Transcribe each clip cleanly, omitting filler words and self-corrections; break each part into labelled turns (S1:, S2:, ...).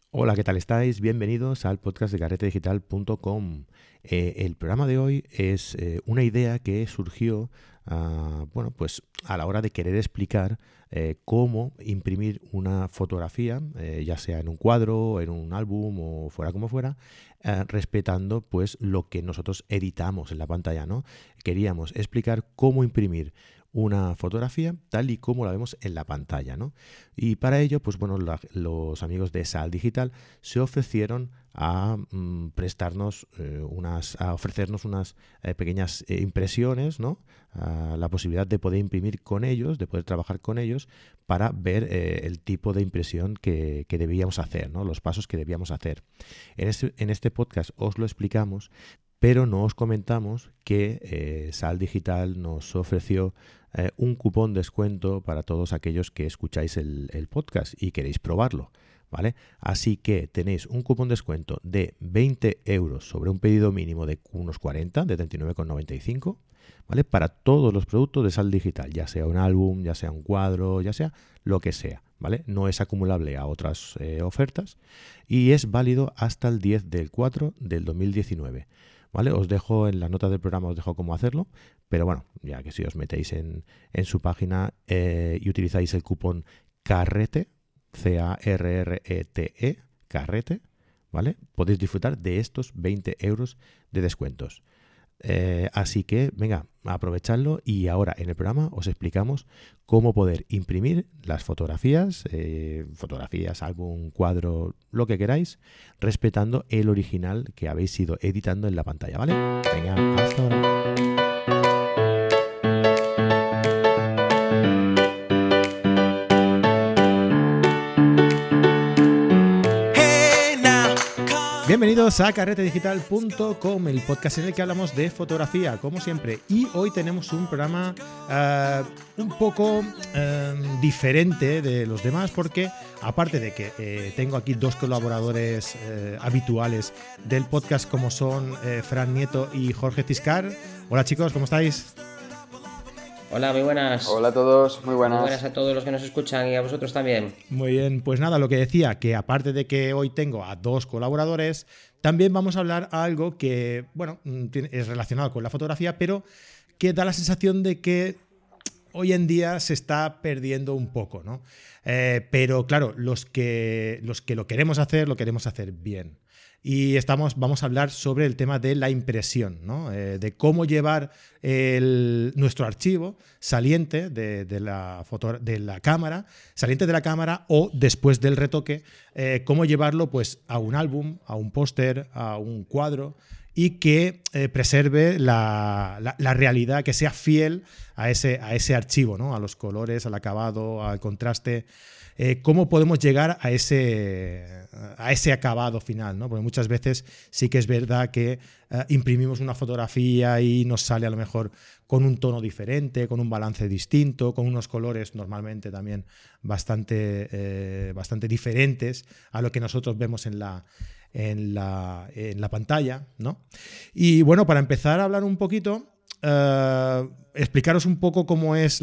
S1: Hola, ¿qué tal estáis? Bienvenidos al podcast de carretedigital.com. El programa de hoy es una idea que surgió pues a la hora de querer explicar cómo imprimir una fotografía, ya sea en un cuadro, en un álbum o fuera como fuera, respetando pues lo que nosotros editamos en la pantalla, ¿no? Queríamos explicar cómo imprimir una fotografía tal y como la vemos en la pantalla, ¿no? Y para ello, pues bueno, los amigos de Sal Digital se ofrecieron a prestarnos a ofrecernos unas pequeñas impresiones, ¿no? La posibilidad de poder imprimir con ellos, de poder trabajar con ellos para ver el tipo de impresión que debíamos hacer, ¿no? Los pasos que debíamos hacer. En este podcast os lo explicamos, pero no os comentamos que Sal Digital nos ofreció un cupón descuento para todos aquellos que escucháis el podcast y queréis probarlo, ¿vale? Así que tenéis un cupón descuento de 20 euros sobre un pedido mínimo de unos 40, de 39,95, ¿vale? Para todos los productos de Sal Digital, ya sea un álbum, ya sea un cuadro, ya sea lo que sea, ¿vale? No es acumulable a otras ofertas y es válido hasta el 10 del 4 del 2019. ¿Vale? Os dejo en las notas del programa, os dejo cómo hacerlo, pero bueno, ya que si os metéis en su página y utilizáis el cupón CARRETE, CARRETE, CARRETE, ¿vale? Podéis disfrutar de estos 20 euros de descuentos. Así que, venga, aprovechadlo y ahora en el programa os explicamos cómo poder imprimir las fotografías, álbum, cuadro, lo que queráis, respetando el original que habéis ido editando en la pantalla, ¿vale? Venga, hasta ahora. Bienvenidos a carretedigital.com, el podcast en el que hablamos de fotografía, como siempre. Y hoy tenemos un programa un poco diferente de los demás porque, aparte de que tengo aquí dos colaboradores habituales del podcast como son Fran Nieto y Jorge Tiscar. Hola chicos, ¿cómo estáis?
S2: Hola, muy buenas.
S3: Hola a todos, muy buenas.
S2: Muy buenas a todos los que nos escuchan y a vosotros también.
S1: Muy bien, pues nada, lo que decía, que aparte de que hoy tengo a dos colaboradores, también vamos a hablar algo que, bueno, es relacionado con la fotografía, pero que da la sensación de que hoy en día se está perdiendo un poco, ¿no? Pero claro, los que lo queremos hacer bien. Y vamos a hablar sobre el tema de la impresión, ¿no? De cómo llevar nuestro archivo saliente de la cámara, saliente de la cámara o después del retoque, cómo llevarlo pues, a un álbum, a un póster, a un cuadro y que preserve la realidad, que sea fiel a ese archivo, ¿no? A los colores, al acabado, al contraste. ¿Cómo podemos llegar a ese acabado final, ¿no? Porque muchas veces sí que es verdad que imprimimos una fotografía y nos sale a lo mejor con un tono diferente, con un balance distinto, con unos colores normalmente también bastante diferentes a lo que nosotros vemos en la pantalla, ¿no? Y bueno, para empezar a hablar un poquito, explicaros un poco cómo es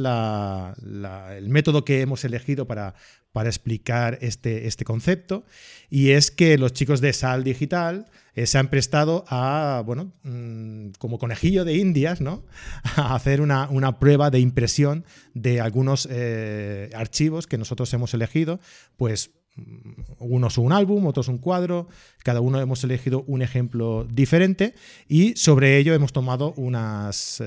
S1: el método que hemos elegido para explicar este concepto, y es que los chicos de Sal Digital se han prestado a, bueno, como conejillo de indias, ¿no? A hacer una prueba de impresión de algunos archivos que nosotros hemos elegido, pues unos un álbum, otros un cuadro, cada uno hemos elegido un ejemplo diferente y sobre ello hemos tomado unas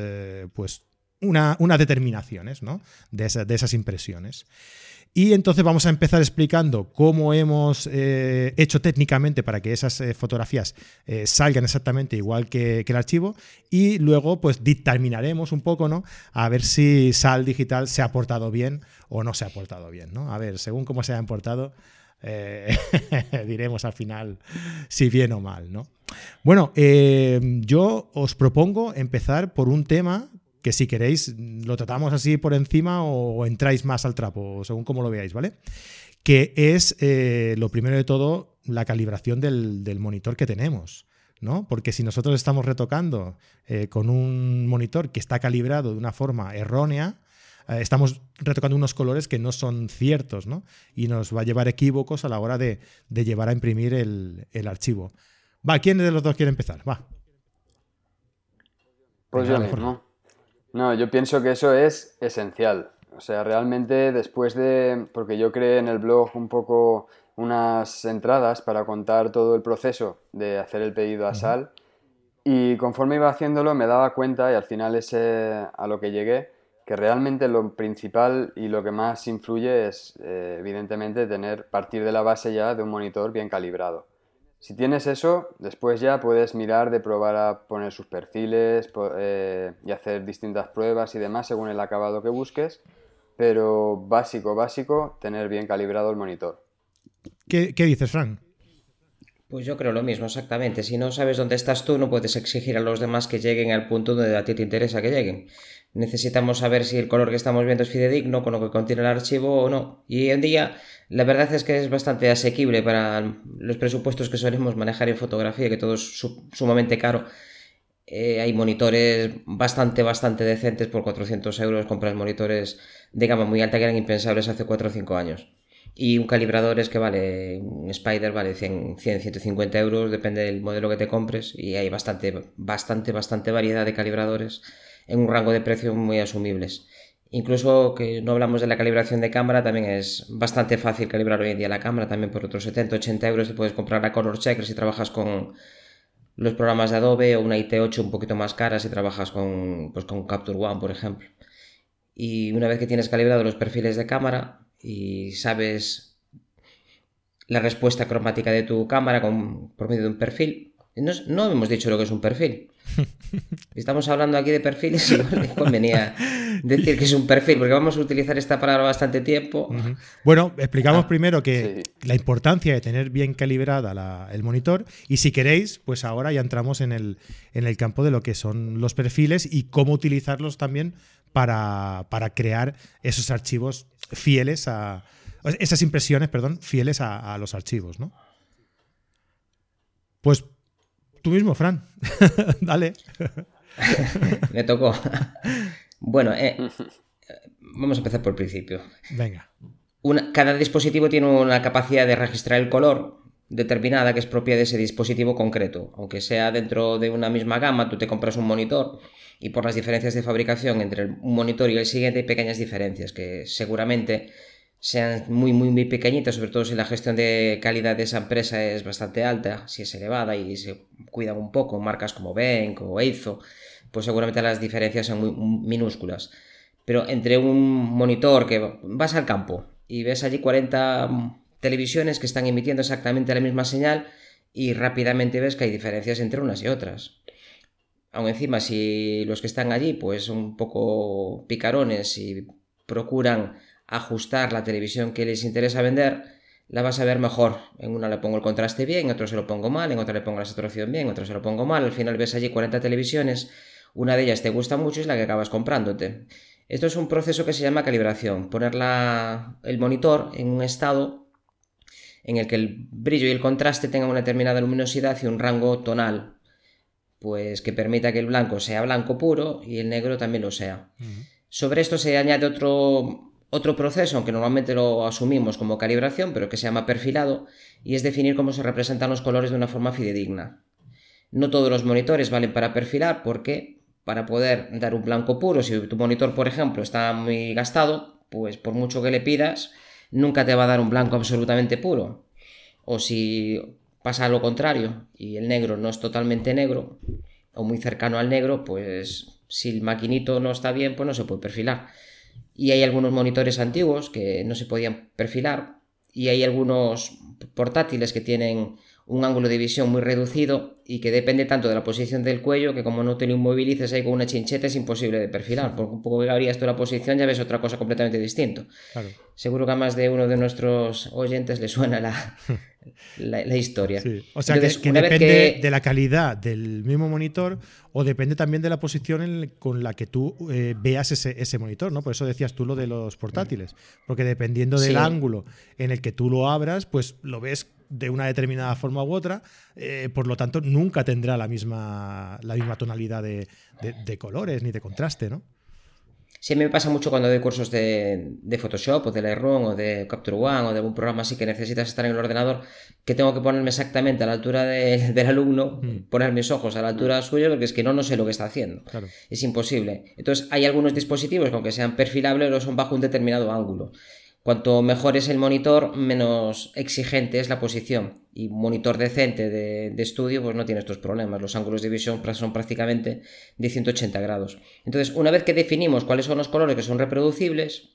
S1: determinaciones, ¿no? de esas impresiones. Y entonces vamos a empezar explicando cómo hemos hecho técnicamente para que esas fotografías salgan exactamente igual que el archivo, y luego pues dictaminaremos un poco, ¿no? A ver si Sal Digital se ha portado bien o no se ha portado bien, ¿no? A ver, según cómo se hayan portado, diremos al final si bien o mal, ¿no? Bueno, yo os propongo empezar por un tema que, si queréis, lo tratamos así por encima o entráis más al trapo, según como lo veáis, ¿vale? Que es, lo primero de todo, la calibración del monitor que tenemos, ¿no? Porque si nosotros estamos retocando con un monitor que está calibrado de una forma errónea, estamos retocando unos colores que no son ciertos, ¿no? Y nos va a llevar equívocos a la hora de llevar a imprimir el archivo. Va, ¿quién de los dos quiere empezar? Va.
S3: Pues yo mismo. No, yo pienso que eso es esencial. O sea, realmente después de... Porque yo creé en el blog un poco unas entradas para contar todo el proceso de hacer el pedido a Sal, y conforme iba haciéndolo me daba cuenta, y al final a lo que llegué, que realmente lo principal y lo que más influye es, evidentemente, partir de la base ya de un monitor bien calibrado. Si tienes eso, después ya puedes mirar de probar a poner sus perfiles y hacer distintas pruebas y demás según el acabado que busques, pero básico, tener bien calibrado el monitor.
S1: ¿Qué dices, Fran?
S2: Pues yo creo lo mismo, exactamente. Si no sabes dónde estás tú, no puedes exigir a los demás que lleguen al punto donde a ti te interesa que lleguen. Necesitamos saber si el color que estamos viendo es fidedigno con lo que contiene el archivo o no. Y hoy en día, la verdad es que es bastante asequible para los presupuestos que solemos manejar en fotografía, que todo es sumamente caro. Hay monitores bastante decentes por 400 euros. Compras monitores de gama muy alta que eran impensables hace 4 o 5 años. Y un calibrador es que vale, un Spider vale 100, 150 euros, depende del modelo que te compres, y hay bastante variedad de calibradores en un rango de precios muy asumibles. Incluso que no hablamos de la calibración de cámara, también es bastante fácil calibrar hoy en día la cámara, también por otros 70, 80 euros te puedes comprar la Color Checker si trabajas con los programas de Adobe, o una IT8 un poquito más cara si trabajas con Capture One, por ejemplo. Y una vez que tienes calibrado los perfiles de cámara y sabes la respuesta cromática de tu cámara por medio de un perfil, no hemos dicho lo que es un perfil. Estamos hablando aquí de perfiles, igual me convenía decir que es un perfil, porque vamos a utilizar esta palabra bastante tiempo.
S1: Bueno, explicamos primero que la importancia de tener bien calibrada el monitor, y si queréis, pues ahora ya entramos en el campo de lo que son los perfiles y cómo utilizarlos también para crear esos archivos fieles esas impresiones, fieles a los archivos, ¿no? Pues tú mismo, Fran. Dale.
S2: Me tocó. Bueno, vamos a empezar por el principio.
S1: Venga.
S2: Cada dispositivo tiene una capacidad de registrar el color determinada que es propia de ese dispositivo concreto. Aunque sea dentro de una misma gama, tú te compras un monitor y por las diferencias de fabricación entre un monitor y el siguiente hay pequeñas diferencias que seguramente sean muy pequeñitas, sobre todo si la gestión de calidad de esa empresa es bastante alta, si es elevada y se cuidan un poco, marcas como Benq o Eizo, pues seguramente las diferencias son muy minúsculas. Pero entre un monitor que vas al campo y ves allí 40 televisiones que están emitiendo exactamente la misma señal y rápidamente ves que hay diferencias entre unas y otras. Aún encima, si los que están allí pues son un poco picarones y procuran ajustar la televisión que les interesa vender, la vas a ver mejor. En una le pongo el contraste bien, en otra se lo pongo mal, en otra le pongo la saturación bien, en otra se lo pongo mal. Al final ves allí 40 televisiones, una de ellas te gusta mucho y es la que acabas comprándote. Esto es un proceso que se llama calibración, poner el monitor en un estado en el que el brillo y el contraste tengan una determinada luminosidad y un rango tonal, pues que permita que el blanco sea blanco puro y el negro también lo sea. Sobre esto se añade otro proceso, aunque normalmente lo asumimos como calibración, pero que se llama perfilado, y es definir cómo se representan los colores de una forma fidedigna. No todos los monitores valen para perfilar, porque para poder dar un blanco puro, si tu monitor, por ejemplo, está muy gastado, pues por mucho que le pidas, nunca te va a dar un blanco absolutamente puro. O si pasa lo contrario y el negro no es totalmente negro o muy cercano al negro, pues si el maquinito no está bien, pues no se puede perfilar. Y hay algunos monitores antiguos que no se podían perfilar, y hay algunos portátiles que tienen un ángulo de visión muy reducido y que depende tanto de la posición del cuello que como no te lo inmovilices ahí con una chincheta es imposible de perfilar. Por un poco que abrías tú la posición ya ves otra cosa completamente distinta. Claro. Seguro que a más de uno de nuestros oyentes le suena la historia.
S1: Sí. O sea, entonces, que depende de la calidad del mismo monitor, o depende también de la posición con la que tú veas ese monitor, ¿no? Por eso decías tú lo de los portátiles. Porque dependiendo del ángulo en el que tú lo abras, pues lo ves de una determinada forma u otra, por lo tanto nunca tendrá la misma tonalidad de colores ni de contraste, ¿no?
S2: Sí, a mí me pasa mucho cuando doy cursos de Photoshop o de Lightroom o de Capture One o de algún programa así que necesitas estar en el ordenador, que tengo que ponerme exactamente a la altura del alumno, poner mis ojos a la altura suya, porque es que no sé lo que está haciendo.
S1: Claro.
S2: Es imposible. Entonces hay algunos dispositivos que aunque sean perfilables, lo son bajo un determinado ángulo. Cuanto mejor es el monitor, menos exigente es la posición. Y un monitor decente de estudio, pues no tiene estos problemas. Los ángulos de visión son prácticamente de 180 grados. Entonces, una vez que definimos cuáles son los colores que son reproducibles,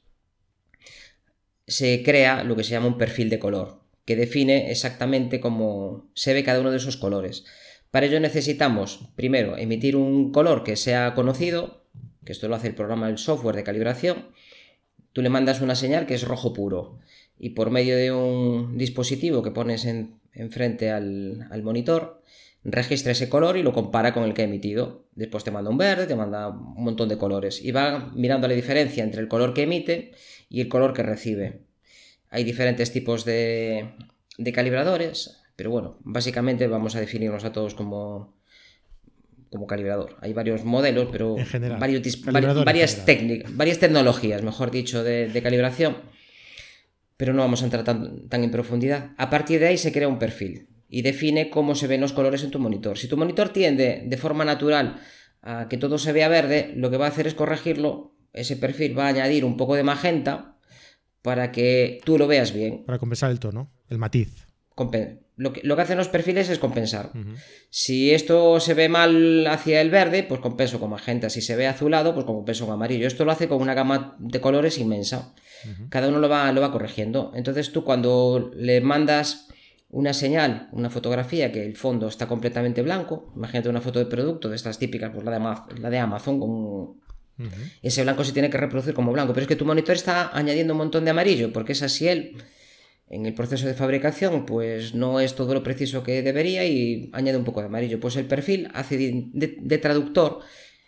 S2: se crea lo que se llama un perfil de color, que define exactamente cómo se ve cada uno de esos colores. Para ello necesitamos, primero, emitir un color que sea conocido, que esto lo hace el programa del software de calibración. Tú le mandas una señal que es rojo puro y por medio de un dispositivo que pones enfrente al monitor, registra ese color y lo compara con el que ha emitido. Después te manda un verde, te manda un montón de colores y va mirando la diferencia entre el color que emite y el color que recibe. Hay diferentes tipos de calibradores, pero bueno, básicamente vamos a definirnos a todos como calibrador. Hay varios modelos, pero
S1: en general,
S2: varias técnicas, varias tecnologías, mejor dicho, de calibración, pero no vamos a entrar tan en profundidad. A partir de ahí se crea un perfil y define cómo se ven los colores en tu monitor. Si tu monitor tiende de forma natural a que todo se vea verde, lo que va a hacer es corregirlo. Ese perfil va a añadir un poco de magenta para que tú lo veas bien.
S1: Para compensar el tono, el matiz.
S2: Lo que hacen los perfiles es compensar. Si esto se ve mal hacia el verde, pues compenso con magenta. Si se ve azulado, pues compenso con amarillo. Esto lo hace con una gama de colores inmensa. Cada uno lo va corrigiendo. Entonces tú cuando le mandas una señal, una fotografía que el fondo está completamente blanco, imagínate una foto de producto de estas típicas, pues la de Amazon, con ese blanco se tiene que reproducir como blanco, pero es que tu monitor está añadiendo un montón de amarillo, porque es así en el proceso de fabricación pues no es todo lo preciso que debería y añade un poco de amarillo. Pues el perfil hace de traductor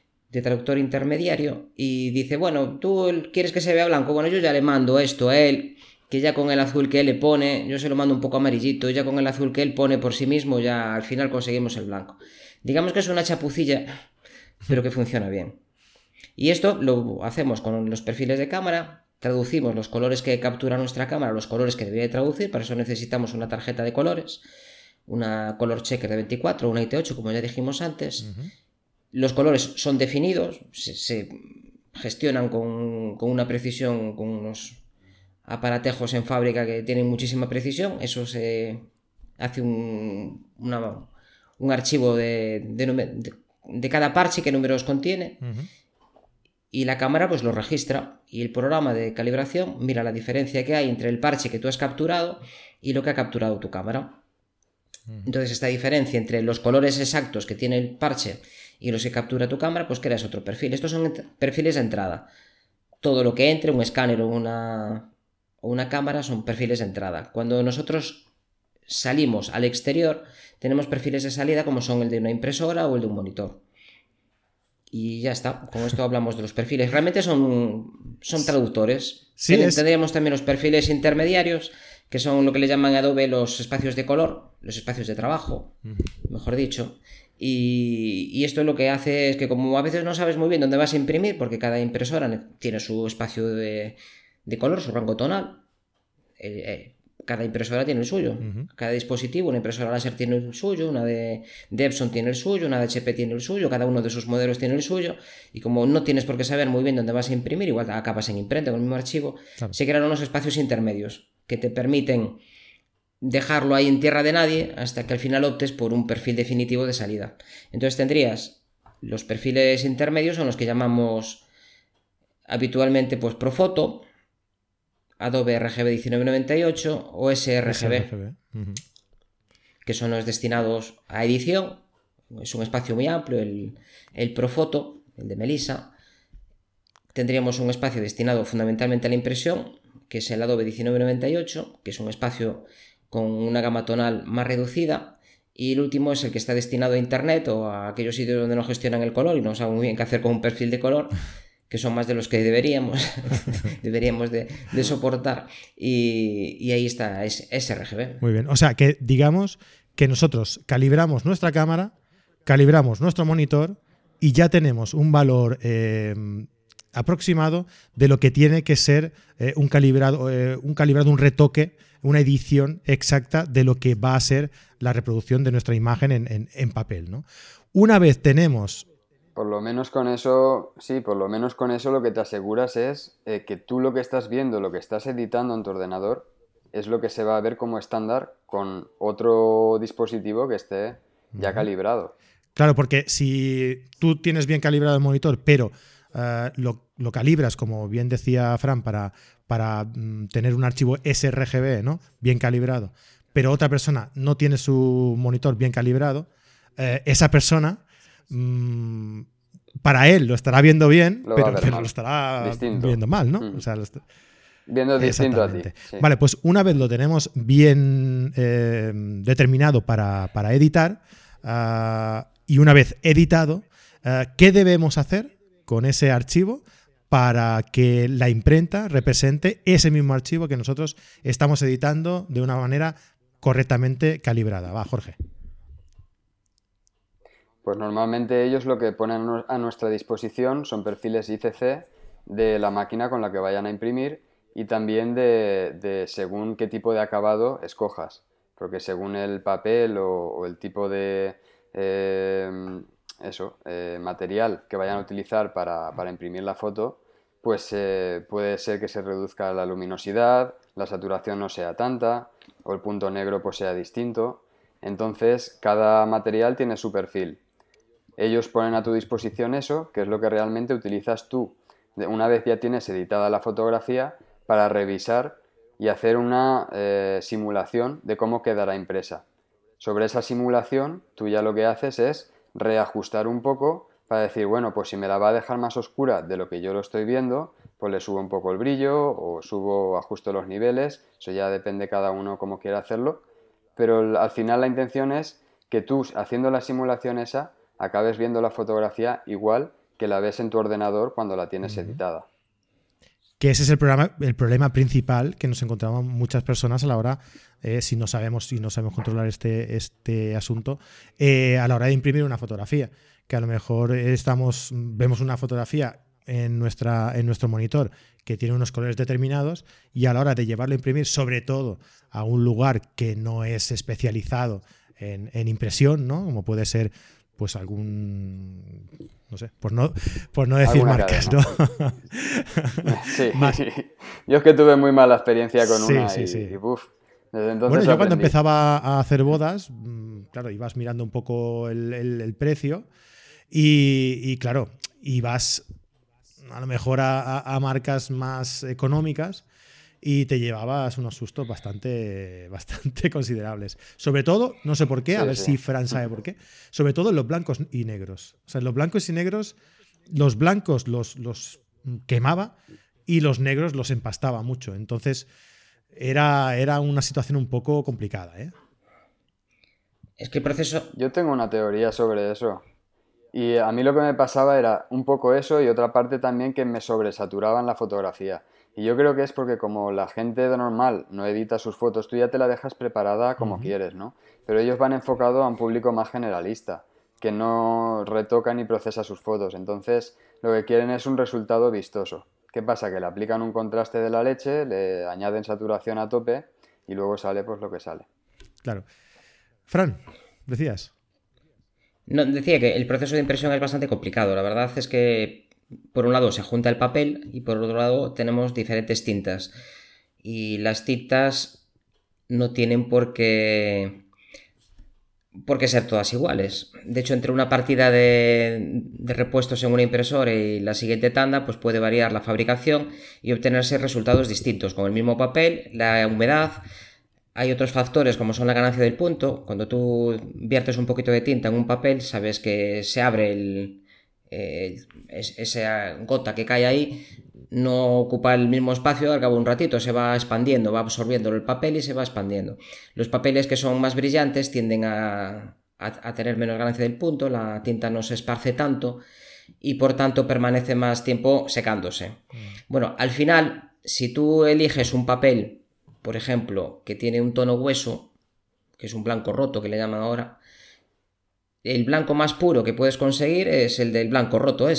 S2: intermediario y dice, bueno, tú quieres que se vea blanco, bueno, yo ya le mando esto a él, que ya con el azul que él le pone, yo se lo mando un poco amarillito, ya con el azul que él pone por sí mismo, ya al final conseguimos el blanco. Digamos que es una chapucilla, pero que funciona bien. Y esto lo hacemos con los perfiles de cámara. Traducimos los colores que captura nuestra cámara, los colores que debería traducir. Para eso necesitamos una tarjeta de colores, una color checker de 24, una IT8, como ya dijimos antes. Los colores son definidos, se gestionan con una precisión, con unos aparatejos en fábrica que tienen muchísima precisión. Eso se hace un archivo de cada parche, qué números contiene. Y la cámara pues lo registra y el programa de calibración mira la diferencia que hay entre el parche que tú has capturado y lo que ha capturado tu cámara. Entonces esta diferencia entre los colores exactos que tiene el parche y los que captura tu cámara, pues creas otro perfil. Estos son perfiles de entrada. Todo lo que entre, un escáner o una cámara, son perfiles de entrada. Cuando nosotros salimos al exterior, tenemos perfiles de salida como son el de una impresora o el de un monitor. Y ya está, con esto hablamos de los perfiles. Realmente son traductores.
S1: Sí,
S2: tendríamos también los perfiles intermediarios, que son lo que le llaman Adobe los espacios de color, los espacios de trabajo, mejor dicho. Y esto lo que hace es que como a veces no sabes muy bien dónde vas a imprimir, porque cada impresora tiene su espacio de color, su rango tonal, cada impresora tiene el suyo. Cada dispositivo, una impresora láser tiene el suyo, una de Epson tiene el suyo, una de HP tiene el suyo, cada uno de sus modelos tiene el suyo, y como no tienes por qué saber muy bien dónde vas a imprimir, igual acabas en imprenta con el mismo archivo, claro. Se crean unos espacios intermedios que te permiten dejarlo ahí en tierra de nadie hasta que al final optes por un perfil definitivo de salida. Entonces tendrías los perfiles intermedios, son los que llamamos habitualmente pues Profoto, Adobe RGB 1998 o sRGB. Que son los destinados a edición. Es un espacio muy amplio, el Profoto, el de Melissa. Tendríamos un espacio destinado fundamentalmente a la impresión, que es el Adobe 1998, que es un espacio con una gama tonal más reducida. Y el último es el que está destinado a internet o a aquellos sitios donde no gestionan el color y no saben muy bien qué hacer con un perfil de color, que son más de los que deberíamos de soportar, y ahí está, es sRGB.
S1: Muy bien, o sea que digamos que nosotros calibramos nuestra cámara, calibramos nuestro monitor y ya tenemos un valor aproximado de lo que tiene que ser un calibrado, un retoque, una edición exacta de lo que va a ser la reproducción de nuestra imagen en papel, ¿no? Una vez tenemos...
S3: Por lo menos con eso lo que te aseguras es que tú lo que estás viendo, lo que estás editando en tu ordenador, es lo que se va a ver como estándar con otro dispositivo que esté ya calibrado.
S1: Claro, porque si tú tienes bien calibrado el monitor, pero lo calibras, como bien decía Fran, para tener un archivo sRGB, ¿no? Bien calibrado, pero otra persona no tiene su monitor bien calibrado, esa persona, para él lo estará viendo bien, pero lo estará viendo mal, ¿no? O sea,
S3: viendo distinto a ti.
S1: Sí. Vale, pues una vez lo tenemos bien determinado para editar, y una vez editado, ¿qué debemos hacer con ese archivo para que la imprenta represente ese mismo archivo que nosotros estamos editando de una manera correctamente calibrada? Va, Jorge.
S3: Pues normalmente ellos lo que ponen a nuestra disposición son perfiles ICC de la máquina con la que vayan a imprimir y también de según qué tipo de acabado escojas, porque según el papel o el tipo de material que vayan a utilizar para imprimir la foto, pues puede ser que se reduzca la luminosidad, la saturación no sea tanta o el punto negro pues sea distinto. Entonces cada material tiene su perfil. Ellos ponen a tu disposición eso, que es lo que realmente utilizas tú una vez ya tienes editada la fotografía para revisar y hacer una simulación de cómo quedará impresa. Sobre esa simulación, tú ya lo que haces es reajustar un poco para decir, bueno, pues si me la va a dejar más oscura de lo que yo lo estoy viendo, pues le subo un poco el brillo o ajusto los niveles, eso ya depende cada uno cómo quiera hacerlo, pero al final la intención es que tú, haciendo la simulación esa, acabes viendo la fotografía igual que la ves en tu ordenador cuando la tienes editada.
S1: Que ese es el problema principal que nos encontramos muchas personas a la hora, si no sabemos controlar este asunto, a la hora de imprimir una fotografía. Que a lo mejor vemos una fotografía en nuestro monitor que tiene unos colores determinados y a la hora de llevarlo a imprimir, sobre todo a un lugar que no es especializado en impresión, ¿no? Como puede ser pues algún, no sé, por no decir marcas, ¿no?
S3: Sí, yo es que tuve muy mala experiencia con una y buf, desde entonces
S1: bueno, yo cuando empezaba a hacer bodas, claro, ibas mirando un poco el precio y claro, ibas a lo mejor a marcas más económicas y te llevabas unos sustos bastante considerables. Sobre todo, no sé por qué, si Fran sabe por qué, sobre todo en los blancos y negros. O sea, en los blancos y negros, los blancos los quemaba y los negros los empastaba mucho. Entonces, era una situación un poco complicada, ¿eh?
S2: Es que el proceso...
S3: Yo tengo una teoría sobre eso. Y a mí lo que me pasaba era un poco eso y otra parte también que me sobresaturaban la fotografía. Y yo creo que es porque como la gente de normal no edita sus fotos, tú ya te la dejas preparada como quieres, ¿no? Pero ellos van enfocados a un público más generalista, que no retoca ni procesa sus fotos. Entonces, lo que quieren es un resultado vistoso. ¿Qué pasa? Que le aplican un contraste de la leche, le añaden saturación a tope y luego sale pues lo que sale.
S1: Claro. Fran, decías.
S2: No, decía que el proceso de impresión es bastante complicado. La verdad es que por un lado se junta el papel y por otro lado tenemos diferentes tintas. Y las tintas no tienen por qué ser todas iguales. De hecho, entre una partida de repuestos en una impresora y la siguiente tanda, pues puede variar la fabricación y obtenerse resultados distintos. Con el mismo papel, la humedad... Hay otros factores como son la ganancia del punto. Cuando tú viertes un poquito de tinta en un papel, sabes que se abre esa gota que cae ahí, no ocupa el mismo espacio, al cabo de un ratito se va expandiendo, va absorbiendo el papel y se va expandiendo. Los papeles que son más brillantes tienden a tener menos ganancia del punto, la tinta no se esparce tanto y por tanto permanece más tiempo secándose. Bueno, al final, si tú eliges un papel, por ejemplo, que tiene un tono hueso, que es un blanco roto que le llaman ahora, el blanco más puro que puedes conseguir es el del blanco roto ese.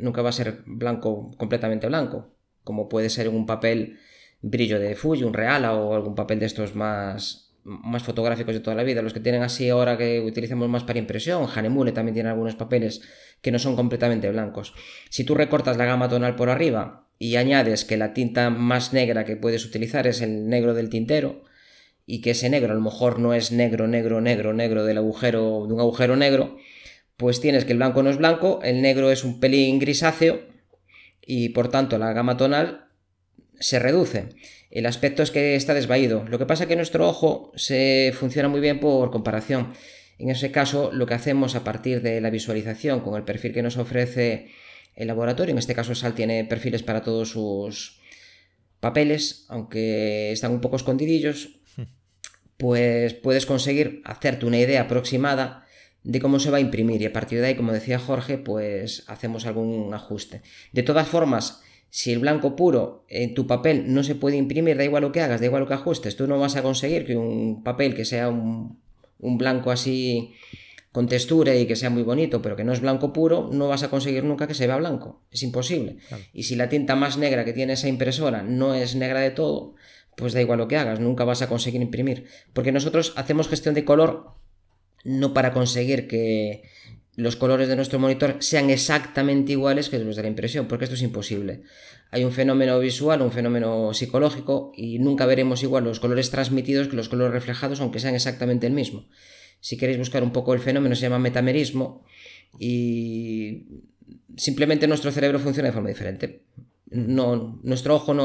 S2: nunca va a ser blanco, completamente blanco, como puede ser un papel brillo de Fuji, un Reala o algún papel de estos más fotográficos de toda la vida. Los que tienen así ahora que utilizamos más para impresión, Hahnemühle también tiene algunos papeles que no son completamente blancos. Si tú recortas la gama tonal por arriba y añades que la tinta más negra que puedes utilizar es el negro del tintero, y que ese negro a lo mejor no es negro de un agujero negro, pues tienes que el blanco no es blanco, el negro es un pelín grisáceo y por tanto la gama tonal se reduce. El aspecto es que está desvaído. Lo que pasa es que nuestro ojo funciona muy bien por comparación. En ese caso, lo que hacemos a partir de la visualización con el perfil que nos ofrece el laboratorio, en este caso SAL tiene perfiles para todos sus papeles, aunque están un poco escondidillos, pues puedes conseguir hacerte una idea aproximada de cómo se va a imprimir y a partir de ahí, como decía Jorge, pues hacemos algún ajuste. De todas formas, si el blanco puro en tu papel no se puede imprimir, da igual lo que hagas, da igual lo que ajustes, tú no vas a conseguir que un papel que sea un blanco así con textura y que sea muy bonito, pero que no es blanco puro, no vas a conseguir nunca que se vea blanco. Es imposible. Claro. Y si la tinta más negra que tiene esa impresora no es negra de todo, pues da igual lo que hagas, nunca vas a conseguir imprimir. Porque nosotros hacemos gestión de color no para conseguir que los colores de nuestro monitor sean exactamente iguales que los de la impresión, porque esto es imposible. Hay un fenómeno visual, un fenómeno psicológico, y nunca veremos igual los colores transmitidos que los colores reflejados, aunque sean exactamente el mismo. Si queréis buscar un poco el fenómeno, se llama metamerismo, y simplemente nuestro cerebro funciona de forma diferente. Nuestro ojo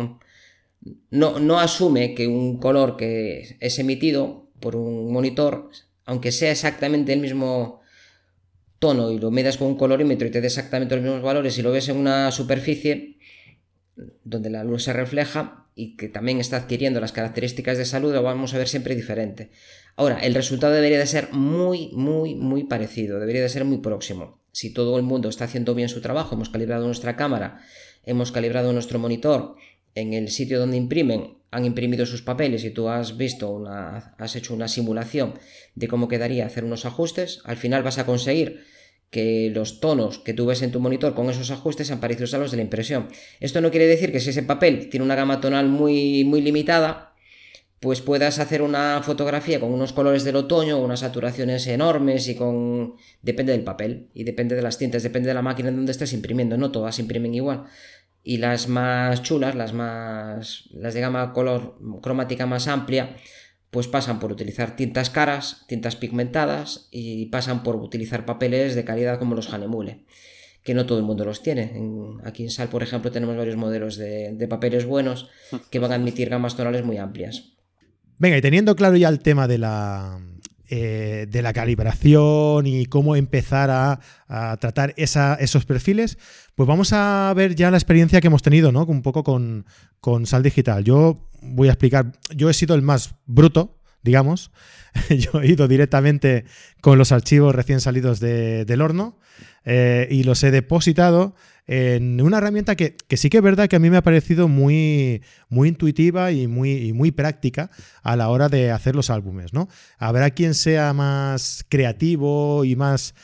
S2: no asume que un color que es emitido por un monitor, aunque sea exactamente el mismo tono y lo midas con un colorímetro y te dé exactamente los mismos valores y lo ves en una superficie donde la luz se refleja y que también está adquiriendo las características de esa luz, lo vamos a ver siempre diferente. Ahora, el resultado debería de ser muy parecido, debería de ser muy próximo. Si todo el mundo está haciendo bien su trabajo, hemos calibrado nuestra cámara, hemos calibrado nuestro monitor, en el sitio donde imprimen han imprimido sus papeles y tú has hecho una simulación de cómo quedaría hacer unos ajustes, al final vas a conseguir que los tonos que tú ves en tu monitor con esos ajustes sean parecidos a los de la impresión. Esto no quiere decir que si ese papel tiene una gama tonal muy limitada, pues puedas hacer una fotografía con unos colores del otoño, unas saturaciones enormes depende del papel y depende de las tintas, depende de la máquina en donde estés imprimiendo, no todas imprimen igual. Y las más chulas, las de gama color cromática más amplia, pues pasan por utilizar tintas caras, tintas pigmentadas y pasan por utilizar papeles de calidad como los Hahnemühle, que no todo el mundo los tiene. Aquí en SAL, por ejemplo, tenemos varios modelos de papeles buenos que van a admitir gamas tonales muy amplias.
S1: Venga, y teniendo claro ya el tema de la calibración y cómo empezar a tratar esos perfiles, pues vamos a ver ya la experiencia que hemos tenido, ¿no? Un poco con SAL Digital. Yo voy a explicar, yo he sido el más bruto, digamos. Yo he ido directamente con los archivos recién salidos del horno y los he depositado en una herramienta que sí que es verdad que a mí me ha parecido muy intuitiva y muy práctica a la hora de hacer los álbumes, ¿no? Habrá quien sea más creativo y más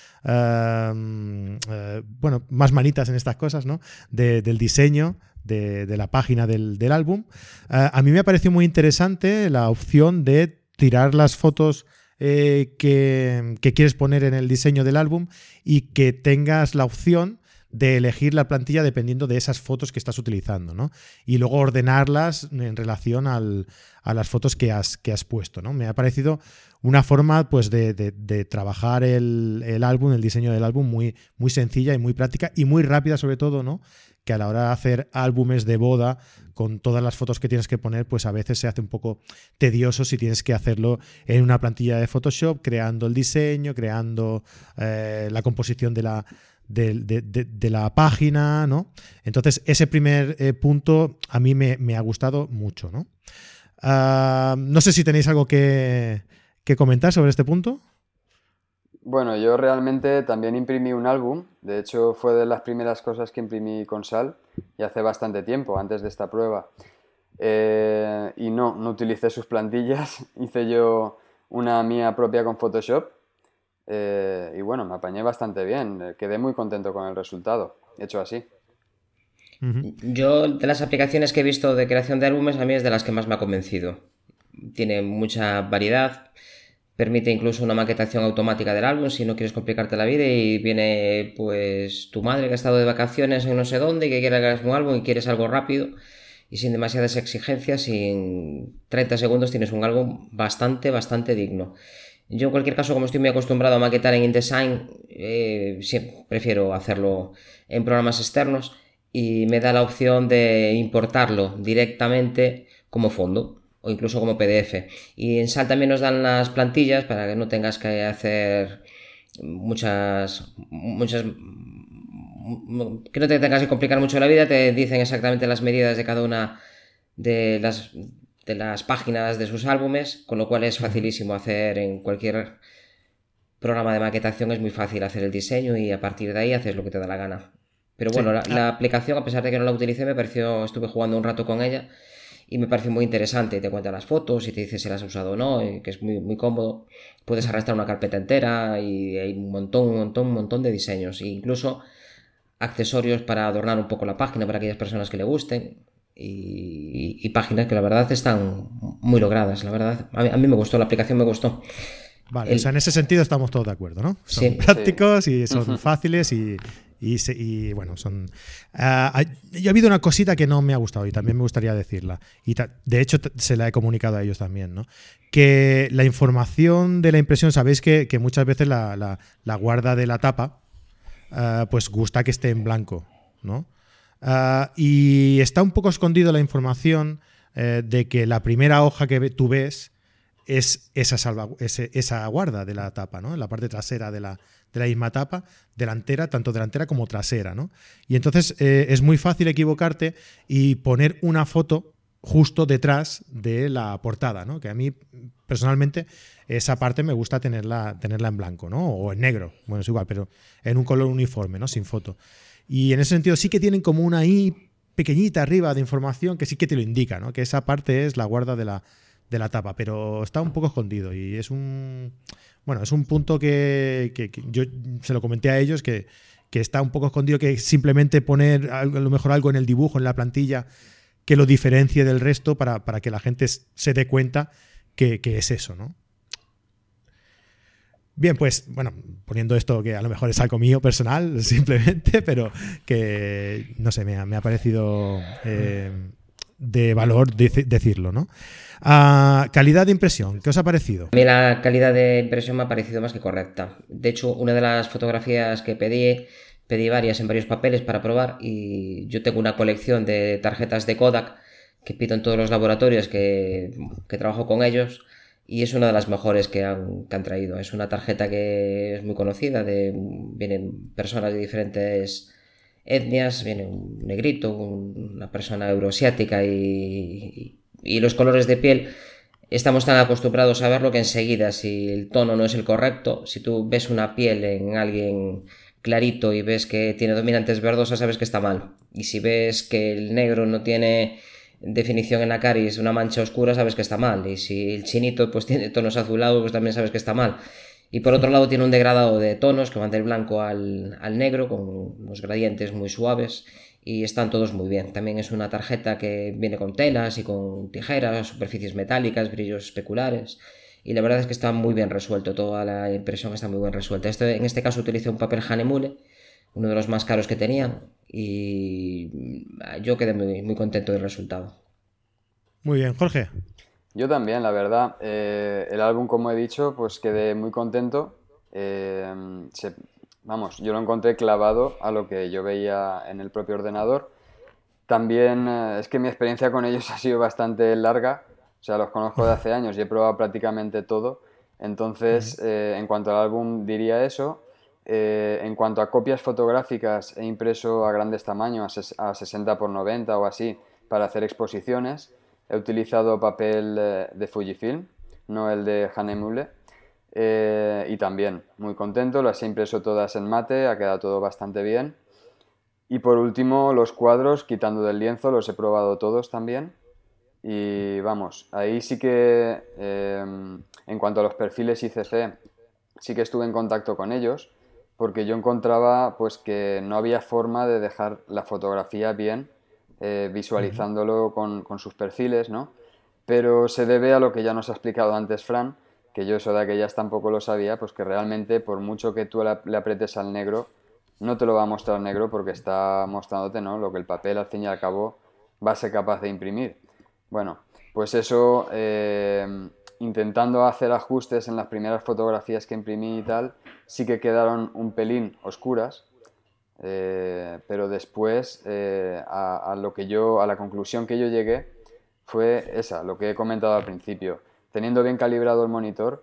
S1: más manitas en estas cosas, ¿no? Del diseño de la página del álbum. A mí me ha parecido muy interesante la opción de tirar las fotos que quieres poner en el diseño del álbum y que tengas la opción de elegir la plantilla dependiendo de esas fotos que estás utilizando, ¿no? Y luego ordenarlas en relación a las fotos que has puesto, ¿no? Me ha parecido una forma pues de trabajar el álbum, el diseño del álbum muy sencilla y muy práctica y muy rápida sobre todo, ¿no? Que a la hora de hacer álbumes de boda con todas las fotos que tienes que poner, pues a veces se hace un poco tedioso si tienes que hacerlo en una plantilla de Photoshop, creando el diseño, creando la composición de la página, ¿no? Entonces, ese primer punto a mí me ha gustado mucho, ¿no? No sé si tenéis algo que comentar sobre este punto.
S3: Bueno, yo realmente también imprimí un álbum. De hecho, fue de las primeras cosas que imprimí con SAL y hace bastante tiempo, antes de esta prueba. Y no utilicé sus plantillas. Hice yo una mía propia con Photoshop. Y bueno, me apañé bastante bien. Quedé muy contento con el resultado. hecho así.
S2: Yo, de las aplicaciones que he visto de creación de álbumes, a mí es de las que más me ha convencido. Tiene mucha variedad, permite incluso una maquetación automática del álbum si no quieres complicarte la vida, y viene pues tu madre que ha estado de vacaciones en no sé dónde y que quiere que hagas un álbum y quieres algo rápido y sin demasiadas exigencias, y en 30 segundos tienes un álbum bastante digno. Yo en cualquier caso, como estoy muy acostumbrado a maquetar en InDesign, sí, prefiero hacerlo en programas externos, y me da la opción de importarlo directamente como fondo o incluso como PDF. Y en Sal también nos dan las plantillas para que no tengas que hacer muchas que no te tengas que complicar mucho la vida. Te dicen exactamente las medidas de cada una de las páginas de sus álbumes, con lo cual es facilísimo hacer en cualquier programa de maquetación, es muy fácil hacer el diseño y a partir de ahí haces lo que te da la gana. Pero bueno, la aplicación, a pesar de que no la utilicé, estuve jugando un rato con ella y me pareció muy interesante. Te cuenta las fotos y te dice si las has usado o no, que es muy cómodo. Puedes arrastrar una carpeta entera y hay un montón de diseños, e incluso accesorios para adornar un poco la página para aquellas personas que le gusten, y páginas que la verdad están muy logradas. La verdad, a mí me gustó, la aplicación me gustó.
S1: Vale, o sea, en ese sentido estamos todos de acuerdo, ¿no? Son
S2: Sí.
S1: prácticos y son fáciles y bueno, son... yo ha habido una cosita que no me ha gustado y también me gustaría decirla. Y de hecho se la he comunicado a ellos también, ¿no? Que la información de la impresión, sabéis que muchas veces la guarda de la tapa, pues gusta que esté en blanco, ¿no? Y está un poco escondido la información de que la primera hoja que tú ves es esa guarda de la tapa, ¿no? En la parte trasera de la misma tapa, tanto delantera como trasera, ¿no? Y entonces es muy fácil equivocarte y poner una foto justo detrás de la portada, ¿no? Que a mí personalmente esa parte me gusta tenerla en blanco, ¿no? O en negro, bueno, es igual, pero en un color uniforme, ¿no? Sin foto. Y en ese sentido sí que tienen como una I pequeñita arriba de información que sí que te lo indica, ¿no? Que esa parte es la guarda de la tapa, pero está un poco escondido y es un punto que yo se lo comenté a ellos, que está un poco escondido, que simplemente poner a lo mejor algo en el dibujo, en la plantilla, que lo diferencie del resto para que la gente se dé cuenta que es eso, ¿no? Bien, pues, bueno, poniendo esto que a lo mejor es algo mío personal, simplemente, pero que, no sé, me ha parecido de valor decirlo, ¿no? Calidad de impresión, ¿qué os ha parecido?
S2: A mí la calidad de impresión me ha parecido más que correcta. De hecho, una de las fotografías que pedí varias en varios papeles para probar, y yo tengo una colección de tarjetas de Kodak que pido en todos los laboratorios que trabajo con ellos, y es una de las mejores que han traído. Es una tarjeta que es muy conocida, vienen personas de diferentes etnias, viene un negrito, una persona euroasiática, y los colores de piel estamos tan acostumbrados a verlo que enseguida, si el tono no es el correcto, si tú ves una piel en alguien clarito y ves que tiene dominantes verdosas, sabes que está mal. Y si ves que el negro no tiene definición en la cara y es una mancha oscura, sabes que está mal. Y si el chinito pues tiene tonos azulados, pues también sabes que está mal. Y por otro lado tiene un degradado de tonos que van del blanco al negro, con unos gradientes muy suaves, y están todos muy bien. También es una tarjeta que viene con telas y con tijeras, superficies metálicas, brillos especulares, y la verdad es que está muy bien resuelto, toda la impresión está muy bien resuelta. En este caso utilicé un papel Hahnemühle, uno de los más caros que tenía, y yo quedé muy contento del resultado.
S1: Muy bien, Jorge.
S3: Yo también, la verdad. El álbum, como he dicho, pues quedé muy contento. Yo lo encontré clavado a lo que yo veía en el propio ordenador. También es que mi experiencia con ellos ha sido bastante larga. O sea, los conozco de hace años y he probado prácticamente todo. Entonces, en cuanto al álbum, diría eso. En cuanto a copias fotográficas, he impreso a grandes tamaños, a 60x90 o así, para hacer exposiciones. He utilizado papel de Fujifilm, no el de Hahnemühle. Y también muy contento, las he impreso todas en mate, ha quedado todo bastante bien. Y por último, los cuadros, quitando del lienzo, los he probado todos también. Y vamos, ahí sí que, en cuanto a los perfiles ICC, sí que estuve en contacto con ellos, porque yo encontraba pues que no había forma de dejar la fotografía bien, visualizándolo con sus perfiles, ¿no? Pero se debe a lo que ya nos ha explicado antes Fran, que yo eso de aquellas tampoco lo sabía, pues que realmente por mucho que tú le apretes al negro, no te lo va a mostrar negro porque está mostrándote, ¿no?, lo que el papel al fin y al cabo va a ser capaz de imprimir. Bueno, pues eso, intentando hacer ajustes en las primeras fotografías que imprimí y tal, sí que quedaron un pelín oscuras, pero después a la conclusión que yo llegué fue esa, lo que he comentado al principio. Teniendo bien calibrado el monitor,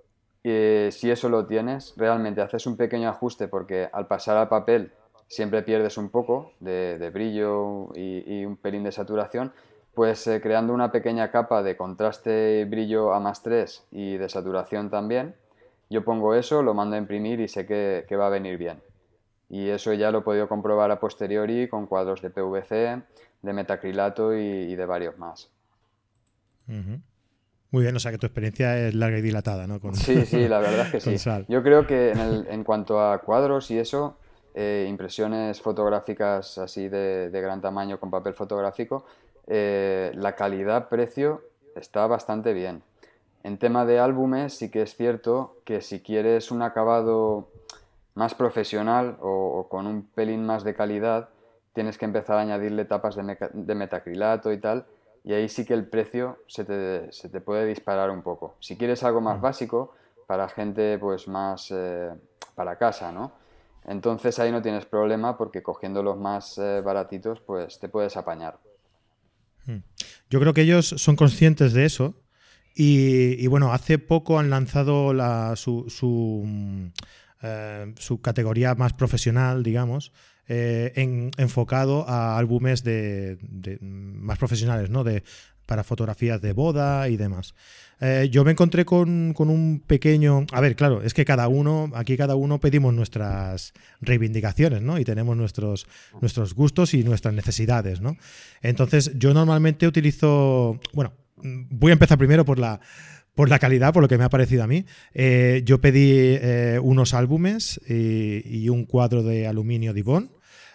S3: si eso lo tienes, realmente haces un pequeño ajuste porque al pasar al papel siempre pierdes un poco de brillo y un pelín de saturación, pues creando una pequeña capa de contraste y brillo a +3 y de saturación también, yo pongo eso, lo mando a imprimir y sé que va a venir bien. Y eso ya lo he podido comprobar a posteriori con cuadros de PVC, de metacrilato y de varios más.
S4: Uh-huh. Muy bien, o sea que tu experiencia es larga y dilatada, ¿no?
S3: Sí, la verdad es que sí.
S4: Sal.
S3: Yo creo que en cuanto a cuadros y eso, impresiones fotográficas así de gran tamaño con papel fotográfico, la calidad-precio está bastante bien. En tema de álbumes sí que es cierto que si quieres un acabado más profesional o con un pelín más de calidad, tienes que empezar a añadirle tapas de metacrilato y tal, y ahí sí que el precio se te puede disparar un poco. Si quieres algo más básico, para gente pues más para casa, ¿no? Entonces ahí no tienes problema porque cogiendo los más baratitos pues te puedes apañar.
S4: Yo creo que ellos son conscientes de eso y bueno, hace poco han lanzado su categoría más profesional, digamos, enfocado a álbumes de más profesionales, ¿no? Para fotografías de boda y demás. Yo me encontré con un pequeño... A ver, claro, es que cada uno pedimos nuestras reivindicaciones, ¿no? Y tenemos nuestros gustos y nuestras necesidades, ¿no? Entonces, yo normalmente utilizo... Bueno, voy a empezar primero por la calidad, por lo que me ha parecido a mí. Yo pedí unos álbumes y un cuadro de aluminio Dibond.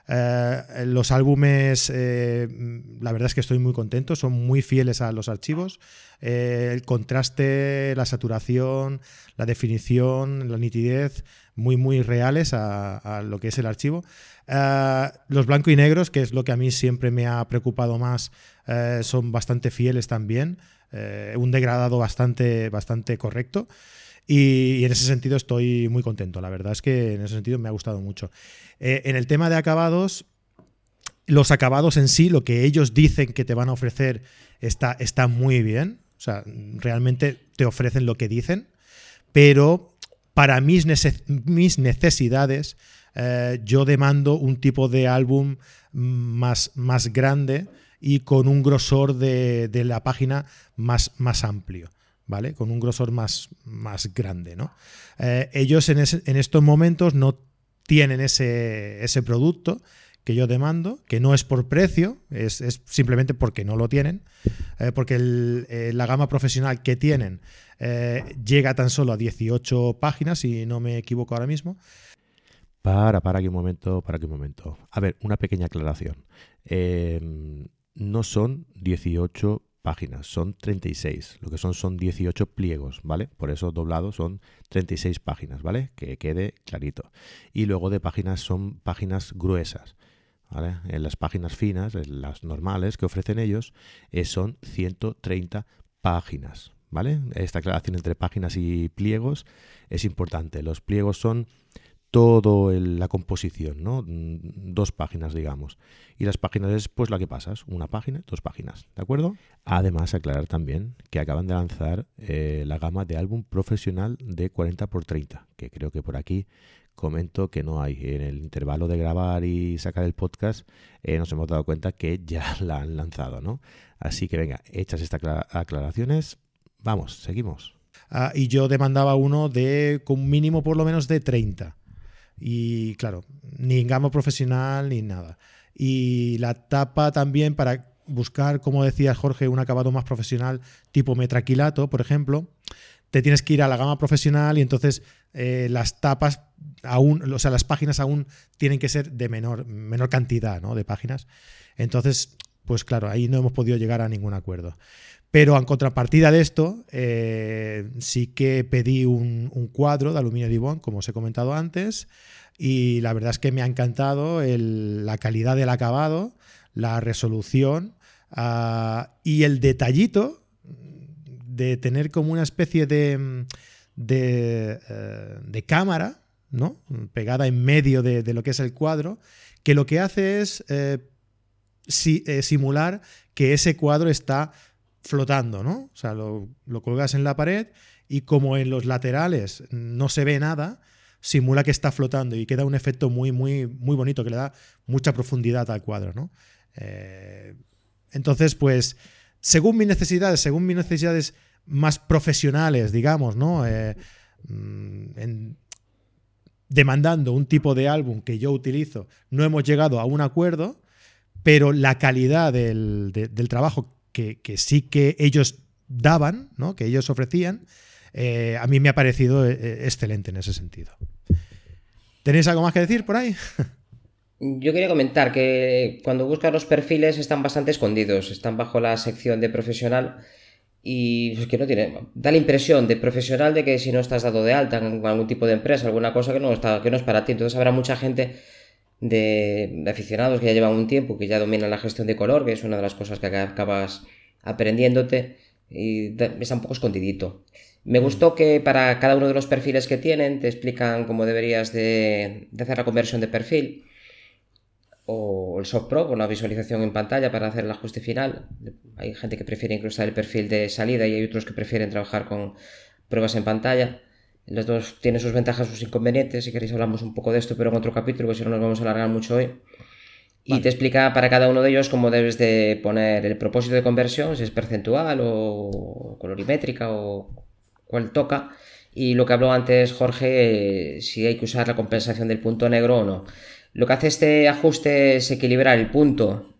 S4: Los álbumes, la verdad es que estoy muy contento, son muy fieles a los archivos. El contraste, la saturación, la definición, la nitidez, muy, muy reales a lo que es el archivo. Los blanco y negros, que es lo que a mí siempre me ha preocupado más, son bastante fieles también. Un degradado bastante correcto. Y en ese sentido estoy muy contento. La verdad es que en ese sentido me ha gustado mucho. En el tema de acabados, los acabados en sí, lo que ellos dicen que te van a ofrecer está muy bien. O sea, realmente te ofrecen lo que dicen. Pero para mis necesidades, yo demando un tipo de álbum más grande y con un grosor de la página más amplio. ¿Vale? Con un grosor más grande, ¿no? Ellos en estos momentos no tienen ese producto que yo demando, que no es por precio, es simplemente porque no lo tienen, porque la gama profesional que tienen llega tan solo a 18 páginas, si no me equivoco ahora mismo.
S1: Para aquí un momento. A ver, una pequeña aclaración. No son 18 páginas, son 36, lo que son 18 pliegos, ¿vale? Por eso doblado son 36 páginas, ¿vale? Que quede clarito. Y luego de páginas son páginas gruesas, ¿vale? En las páginas finas, en las normales que ofrecen ellos, son 130 páginas, ¿vale? Esta aclaración entre páginas y pliegos es importante. Los pliegos son todo la composición, ¿no? 2 páginas, digamos. Y las páginas es pues la que pasas, 1 página, 2 páginas, ¿de acuerdo? Además, aclarar también que acaban de lanzar la gama de álbum profesional de 40x30, que creo que por aquí comento que no hay. En el intervalo de grabar y sacar el podcast nos hemos dado cuenta que ya la han lanzado, ¿no? Así que venga, hechas estas aclaraciones, vamos, seguimos.
S4: Y yo demandaba uno con un mínimo por lo menos de 30. Y claro, ni gama profesional ni nada. Y la tapa también para buscar, como decía Jorge, un acabado más profesional tipo metacrilato, por ejemplo, te tienes que ir a la gama profesional y entonces las tapas aún, o sea, las páginas aún tienen que ser de menor cantidad, ¿no?, de páginas. Entonces, pues claro, ahí no hemos podido llegar a ningún acuerdo. Pero en contrapartida de esto, sí que pedí un cuadro de aluminio Dibond, como os he comentado antes, y la verdad es que me ha encantado la calidad del acabado, la resolución y el detallito de tener como una especie de cámara, ¿no?, pegada en medio de lo que es el cuadro, que lo que hace es simular que ese cuadro está flotando, ¿no? O sea, lo colgas en la pared y como en los laterales no se ve nada, simula que está flotando y queda un efecto muy, muy, muy bonito que le da mucha profundidad al cuadro, ¿no? Entonces, pues, según mis necesidades más profesionales, digamos, ¿no?, demandando un tipo de álbum que yo utilizo, no hemos llegado a un acuerdo, pero la calidad del trabajo que sí que ellos daban, ¿no?, que ellos ofrecían, a mí me ha parecido excelente en ese sentido. ¿Tenéis algo más que decir por ahí?
S2: Yo quería comentar que cuando buscas los perfiles están bastante escondidos, están bajo la sección de profesional y es que no tiene, da la impresión de profesional de que si no estás dado de alta en algún tipo de empresa, alguna cosa que no es para ti, entonces habrá mucha gente de aficionados que ya llevan un tiempo, que ya dominan la gestión de color, que es una de las cosas que acabas aprendiéndote y está un poco escondidito. Me gustó que para cada uno de los perfiles que tienen te explican cómo deberías de hacer la conversión de perfil o el Soft Pro con la visualización en pantalla para hacer el ajuste final. Hay gente que prefiere incluso el perfil de salida y hay otros que prefieren trabajar con pruebas en pantalla. Los dos tienen sus ventajas y sus inconvenientes. Si queréis hablamos un poco de esto, pero en otro capítulo, porque si no nos vamos a alargar mucho hoy. Y vale, te explica para cada uno de ellos cómo debes de poner el propósito de conversión, si es percentual o colorimétrica o cuál toca. Y lo que habló antes Jorge, si hay que usar la compensación del punto negro o no. Lo que hace este ajuste es equilibrar el punto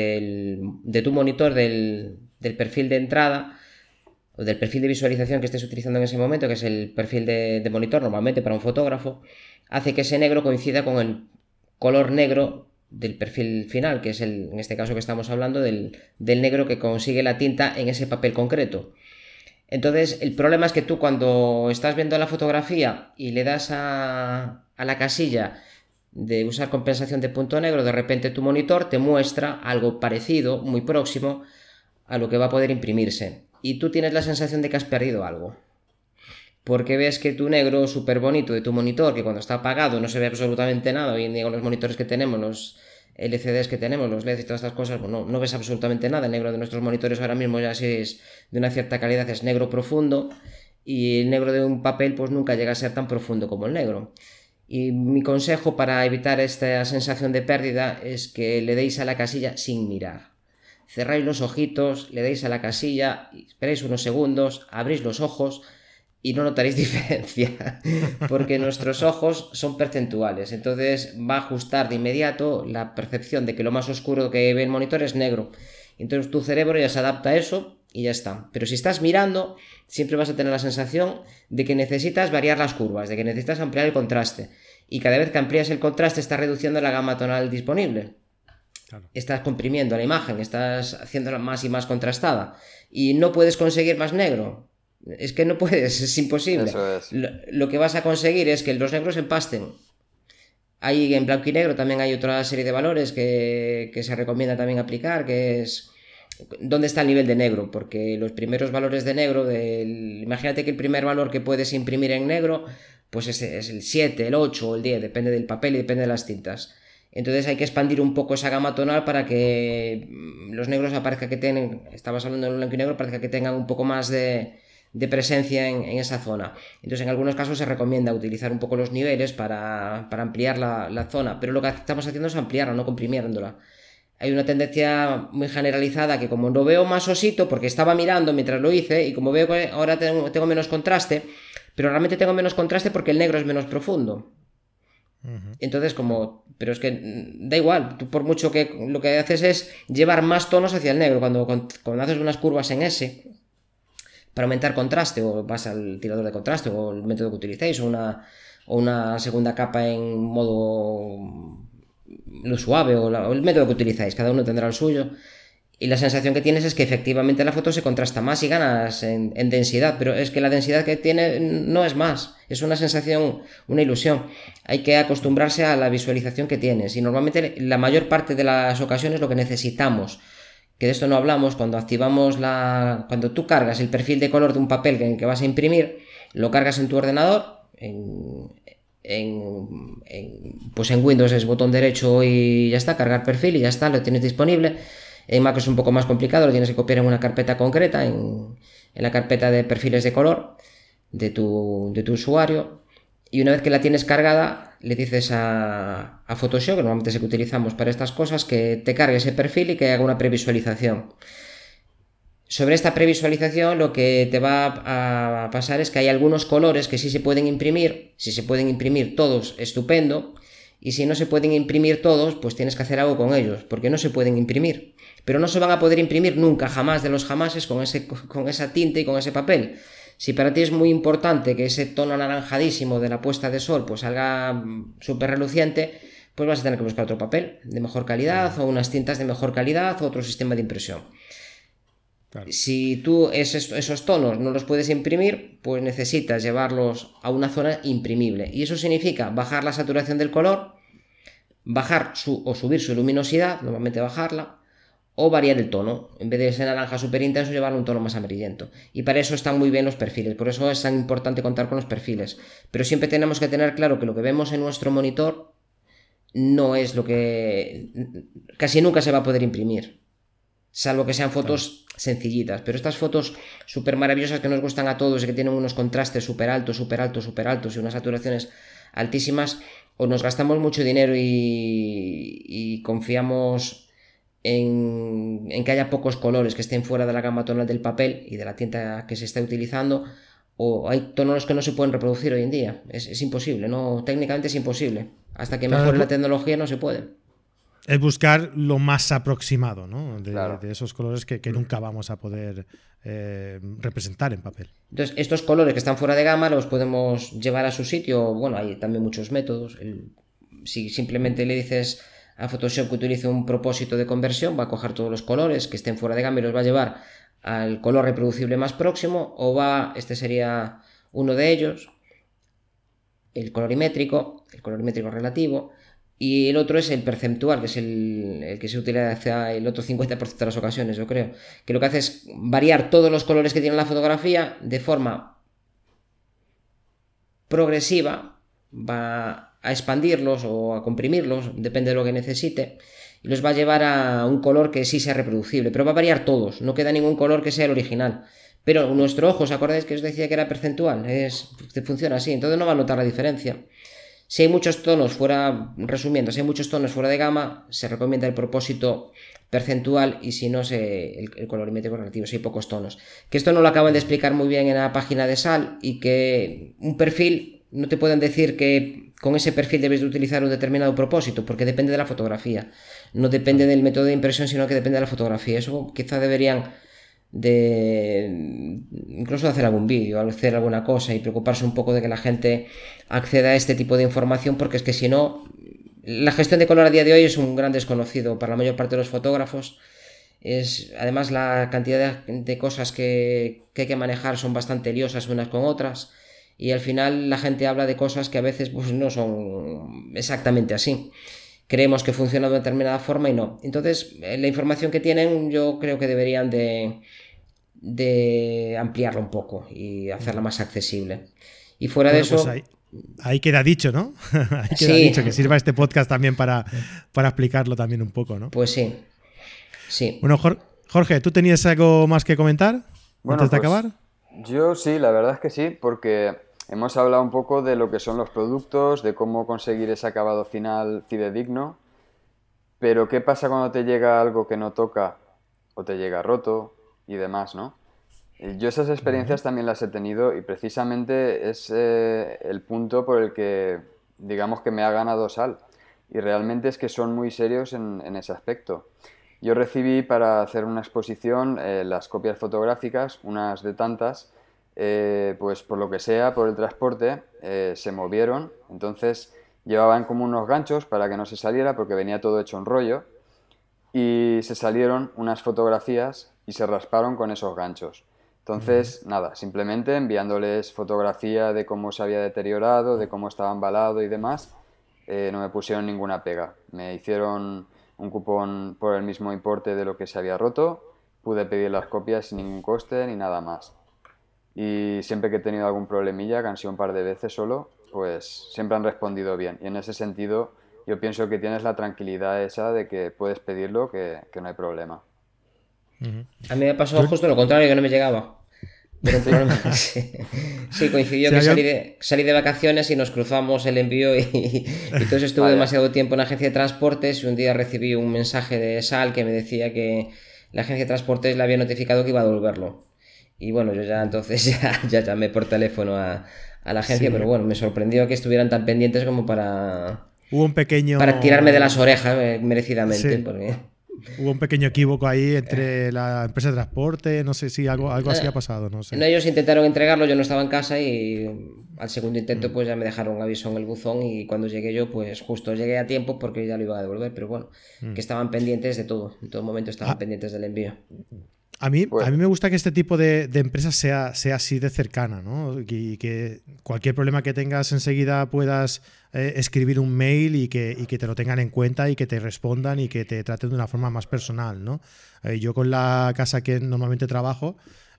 S2: de tu monitor, del perfil de entrada o del perfil de visualización que estés utilizando en ese momento, que es el perfil de monitor normalmente para un fotógrafo, hace que ese negro coincida con el color negro del perfil final, que es en este caso que estamos hablando del negro que consigue la tinta en ese papel concreto. Entonces el problema es que tú cuando estás viendo la fotografía y le das a la casilla de usar compensación de punto negro, de repente tu monitor te muestra algo parecido, muy próximo a lo que va a poder imprimirse. Y tú tienes la sensación de que has perdido algo. Porque ves que tu negro súper bonito de tu monitor, que cuando está apagado no se ve absolutamente nada, hoy en día con los monitores que tenemos, los LCDs que tenemos, los LEDs y todas estas cosas, bueno, no ves absolutamente nada. El negro de nuestros monitores ahora mismo ya si es de una cierta calidad es negro profundo y el negro de un papel pues nunca llega a ser tan profundo como el negro. Y mi consejo para evitar esta sensación de pérdida es que le deis a la casilla sin mirar. Cerráis los ojitos, le deis a la casilla, esperáis unos segundos, abrís los ojos y no notaréis diferencia, porque nuestros ojos son percentuales, entonces va a ajustar de inmediato la percepción de que lo más oscuro que ve el monitor es negro. Entonces tu cerebro ya se adapta a eso y ya está. Pero si estás mirando, siempre vas a tener la sensación de que necesitas variar las curvas, de que necesitas ampliar el contraste. Y cada vez que amplías el contraste estás reduciendo la gama tonal disponible. Claro. Estás comprimiendo la imagen, estás haciéndola más y más contrastada. Y no puedes conseguir más negro. Es que no puedes, es imposible.
S3: Eso es.
S2: Lo que vas a conseguir es que los negros empasten. Hay en blanco y negro también hay otra serie de valores que se recomienda también aplicar, que es dónde está el nivel de negro, porque los primeros valores de negro, imagínate que el primer valor que puedes imprimir en negro pues es el 7, el 8 o el 10, depende del papel y depende de las tintas. Entonces hay que expandir un poco esa gama tonal para que los negros aparezca que tienen, estabas hablando de blanco y negro, parezca que tengan un poco más de presencia en esa zona. Entonces en algunos casos se recomienda utilizar un poco los niveles para ampliar la zona, pero lo que estamos haciendo es ampliarla, no comprimiéndola. Hay una tendencia muy generalizada que como lo veo más osito, porque estaba mirando mientras lo hice, y como veo que ahora tengo menos contraste, pero realmente tengo menos contraste porque el negro es menos profundo. Entonces pero es que da igual, tú por mucho que lo que haces es llevar más tonos hacia el negro, cuando haces unas curvas en S, para aumentar contraste, o vas al tirador de contraste, o el método que utilicéis, o una segunda capa en modo luz suave, o el método que utilizáis, cada uno tendrá el suyo. Y la sensación que tienes es que efectivamente la foto se contrasta más y ganas en densidad, pero es que la densidad que tiene no es más, es una sensación, una ilusión. Hay que acostumbrarse a la visualización que tienes, y normalmente la mayor parte de las ocasiones lo que necesitamos, que de esto no hablamos, cuando tú cargas el perfil de color de un papel en el que vas a imprimir, lo cargas en tu ordenador, pues en Windows es botón derecho y ya está, cargar perfil y ya está, lo tienes disponible. En Mac es un poco más complicado, lo tienes que copiar en una carpeta concreta, en la carpeta de perfiles de color de tu usuario, y una vez que la tienes cargada le dices a Photoshop, que normalmente es el que utilizamos para estas cosas, que te cargue ese perfil y que haga una previsualización. Sobre esta previsualización lo que te va a pasar es que hay algunos colores que sí se pueden imprimir. Si se pueden imprimir todos, estupendo, y si no se pueden imprimir todos, pues tienes que hacer algo con ellos, porque no se pueden imprimir. Pero no se van a poder imprimir nunca, jamás de los jamases, con esa tinta y con ese papel. Si para ti es muy importante que ese tono anaranjadísimo de la puesta de sol pues salga súper reluciente, pues vas a tener que buscar otro papel de mejor calidad, o unas tintas de mejor calidad, o otro sistema de impresión. Claro. Si tú esos tonos no los puedes imprimir, pues necesitas llevarlos a una zona imprimible. Y eso significa bajar la saturación del color, bajar o subir su luminosidad, normalmente bajarla, o variar el tono. En vez de ese naranja súper intenso, llevar un tono más amarillento. Y para eso están muy bien los perfiles. Por eso es tan importante contar con los perfiles. Pero siempre tenemos que tener claro que lo que vemos en nuestro monitor no es lo que casi nunca se va a poder imprimir, salvo que sean fotos sencillitas. Pero estas fotos súper maravillosas que nos gustan a todos y que tienen unos contrastes súper altos y unas saturaciones altísimas, o nos gastamos mucho dinero y confiamos en que haya pocos colores que estén fuera de la gama tonal del papel y de la tinta que se está utilizando, o hay tonos que no se pueden reproducir hoy en día. Es imposible, no, técnicamente es imposible. Hasta que mejore la tecnología no se puede.
S4: Es buscar lo más aproximado, ¿no? de esos colores que nunca vamos a poder representar en papel.
S2: Entonces, estos colores que están fuera de gama los podemos llevar a su sitio. Bueno, hay también muchos métodos. Si simplemente le dices a Photoshop que utilice un propósito de conversión, va a coger todos los colores que estén fuera de gama y los va a llevar al color reproducible más próximo, este sería uno de ellos, el colorimétrico relativo, y el otro es el percentual, que es el que se utiliza el otro 50% de las ocasiones, yo creo, que lo que hace es variar todos los colores que tiene la fotografía de forma progresiva, va a expandirlos o a comprimirlos, depende de lo que necesite, y los va a llevar a un color que sí sea reproducible, pero va a variar todos, no queda ningún color que sea el original. Pero nuestro ojo, ¿os acordáis que os decía que era percentual? Funciona así, entonces no va a notar la diferencia. Si hay muchos tonos fuera, resumiendo, si hay muchos tonos fuera de gama, se recomienda el propósito percentual, y si no, el colorimétrico relativo, si hay pocos tonos. Que esto no lo acaban de explicar muy bien en la página de SAL, y que un perfil, no te pueden decir que con ese perfil debes de utilizar un determinado propósito, porque depende de la fotografía. No depende del método de impresión, sino que depende de la fotografía. Eso quizá deberían incluso hacer algún vídeo, hacer alguna cosa y preocuparse un poco de que la gente acceda a este tipo de información, porque es que si no, la gestión de color a día de hoy es un gran desconocido para la mayor parte de los fotógrafos. Además, la cantidad de cosas que hay que manejar son bastante liosas unas con otras, y al final la gente habla de cosas que a veces pues no son exactamente así. Creemos que funciona de una determinada forma y no. Entonces, la información que tienen, yo creo que deberían de ampliarla un poco y hacerla más accesible. Y fuera de eso...
S4: Pues ahí queda dicho, ¿no? Ahí queda dicho, que sirva este podcast también para explicarlo también un poco, ¿no?
S2: Pues sí. Sí.
S4: Bueno, Jorge, ¿tú tenías algo más que comentar antes de acabar?
S3: Yo sí, la verdad es que sí, porque hemos hablado un poco de lo que son los productos, de cómo conseguir ese acabado final fidedigno, pero ¿qué pasa cuando te llega algo que no toca o te llega roto y demás, ¿no? Yo esas experiencias también las he tenido, y precisamente es el punto por el que, digamos, que me ha ganado SAL, y realmente es que son muy serios en ese aspecto. yo recibí para hacer una exposición las copias fotográficas, unas de tantas, pues por lo que sea, por el transporte, se movieron, entonces llevaban como unos ganchos para que no se saliera porque venía todo hecho en rollo y se salieron unas fotografías y se rasparon con esos ganchos. Entonces, nada, simplemente enviándoles fotografía de cómo se había deteriorado, de cómo estaba embalado y demás, no me pusieron ninguna pega. Me hicieron un cupón por el mismo importe de lo que se había roto, pude pedir las copias sin ningún coste ni nada más. Y siempre que he tenido algún problemilla, que han sido un par de veces solo, pues siempre han respondido bien. Y en ese sentido, yo pienso que tienes la tranquilidad esa de que puedes pedirlo, que no hay problema.
S2: A mí me pasó justo lo contrario, que no me llegaba. Pero un problema, sí, coincidió que salí de vacaciones y nos cruzamos el envío y entonces estuve demasiado tiempo en la agencia de transportes y un día recibí un mensaje de Sal que me decía que la agencia de transportes le había notificado que iba a devolverlo. Y bueno, yo ya entonces ya llamé por teléfono a la agencia, pero bueno, me sorprendió que estuvieran tan pendientes como para...
S4: Hubo un pequeño...
S2: Para tirarme de las orejas merecidamente, porque...
S4: Hubo un pequeño equívoco ahí entre la empresa de transporte, no sé si algo así ha pasado, no sé.
S2: No, ellos intentaron entregarlo, yo no estaba en casa y al segundo intento pues ya me dejaron un aviso en el buzón y cuando llegué yo pues justo llegué a tiempo porque ya lo iban a devolver, pero bueno, que estaban pendientes de todo, en todo momento estaban pendientes del envío.
S4: A mí me gusta que este tipo de empresas sea así de cercana, ¿no? Y que cualquier problema que tengas enseguida puedas escribir un mail y que te lo tengan en cuenta y que te respondan y que te traten de una forma más personal, ¿no? Yo con la casa que normalmente trabajo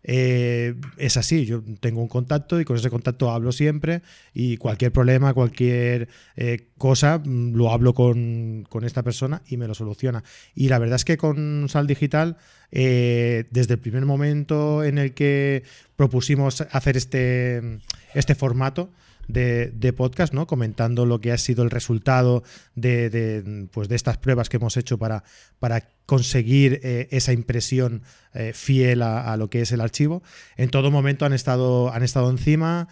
S4: es así, yo tengo un contacto y con ese contacto hablo siempre y cualquier problema, cualquier cosa lo hablo con esta persona y me lo soluciona. Y la verdad es que con Sal Digital, desde el primer momento en el que propusimos hacer este formato de podcast, ¿no? Comentando lo que ha sido el resultado de estas pruebas que hemos hecho para conseguir esa impresión fiel a lo que es el archivo. En todo momento han estado encima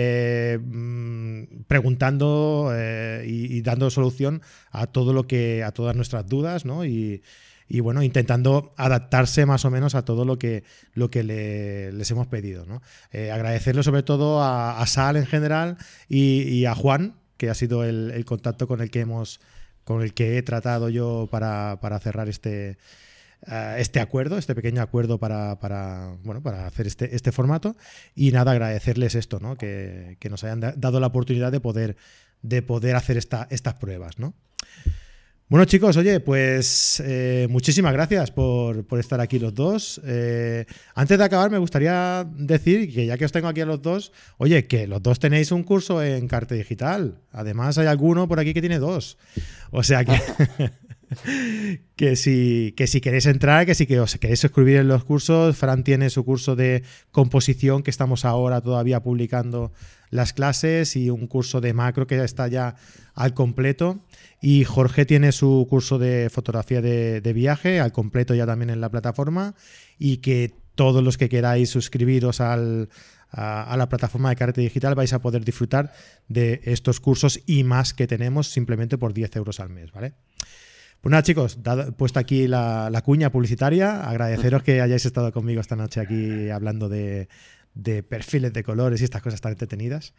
S4: preguntando y dando solución a todas nuestras dudas, ¿no? Y bueno, intentando adaptarse más o menos a todo lo que les hemos pedido, ¿no? Agradecerle sobre todo a Sal en general y a Juan, que ha sido el contacto con el que he tratado yo para cerrar este acuerdo, este pequeño acuerdo para hacer este formato. Y nada, agradecerles esto, ¿no? Que nos hayan dado la oportunidad de poder hacer estas pruebas, ¿no? Bueno, chicos, oye, pues muchísimas gracias por estar aquí los dos. Antes de acabar, me gustaría decir que ya que os tengo aquí a los dos, oye, que los dos tenéis un curso en Carta Digital. Además, hay alguno por aquí que tiene 2. O sea que... que si queréis entrar, que si os queréis suscribir en los cursos, Fran tiene su curso de composición que estamos ahora todavía publicando las clases y un curso de macro que está ya al completo, y Jorge tiene su curso de fotografía de viaje al completo ya también en la plataforma, y que todos los que queráis suscribiros a la plataforma de Carta Digital vais a poder disfrutar de estos cursos y más que tenemos simplemente por 10 euros al mes, ¿vale? Pues nada, chicos, puesto aquí la cuña publicitaria, agradeceros que hayáis estado conmigo esta noche aquí hablando de perfiles de colores y estas cosas tan entretenidas.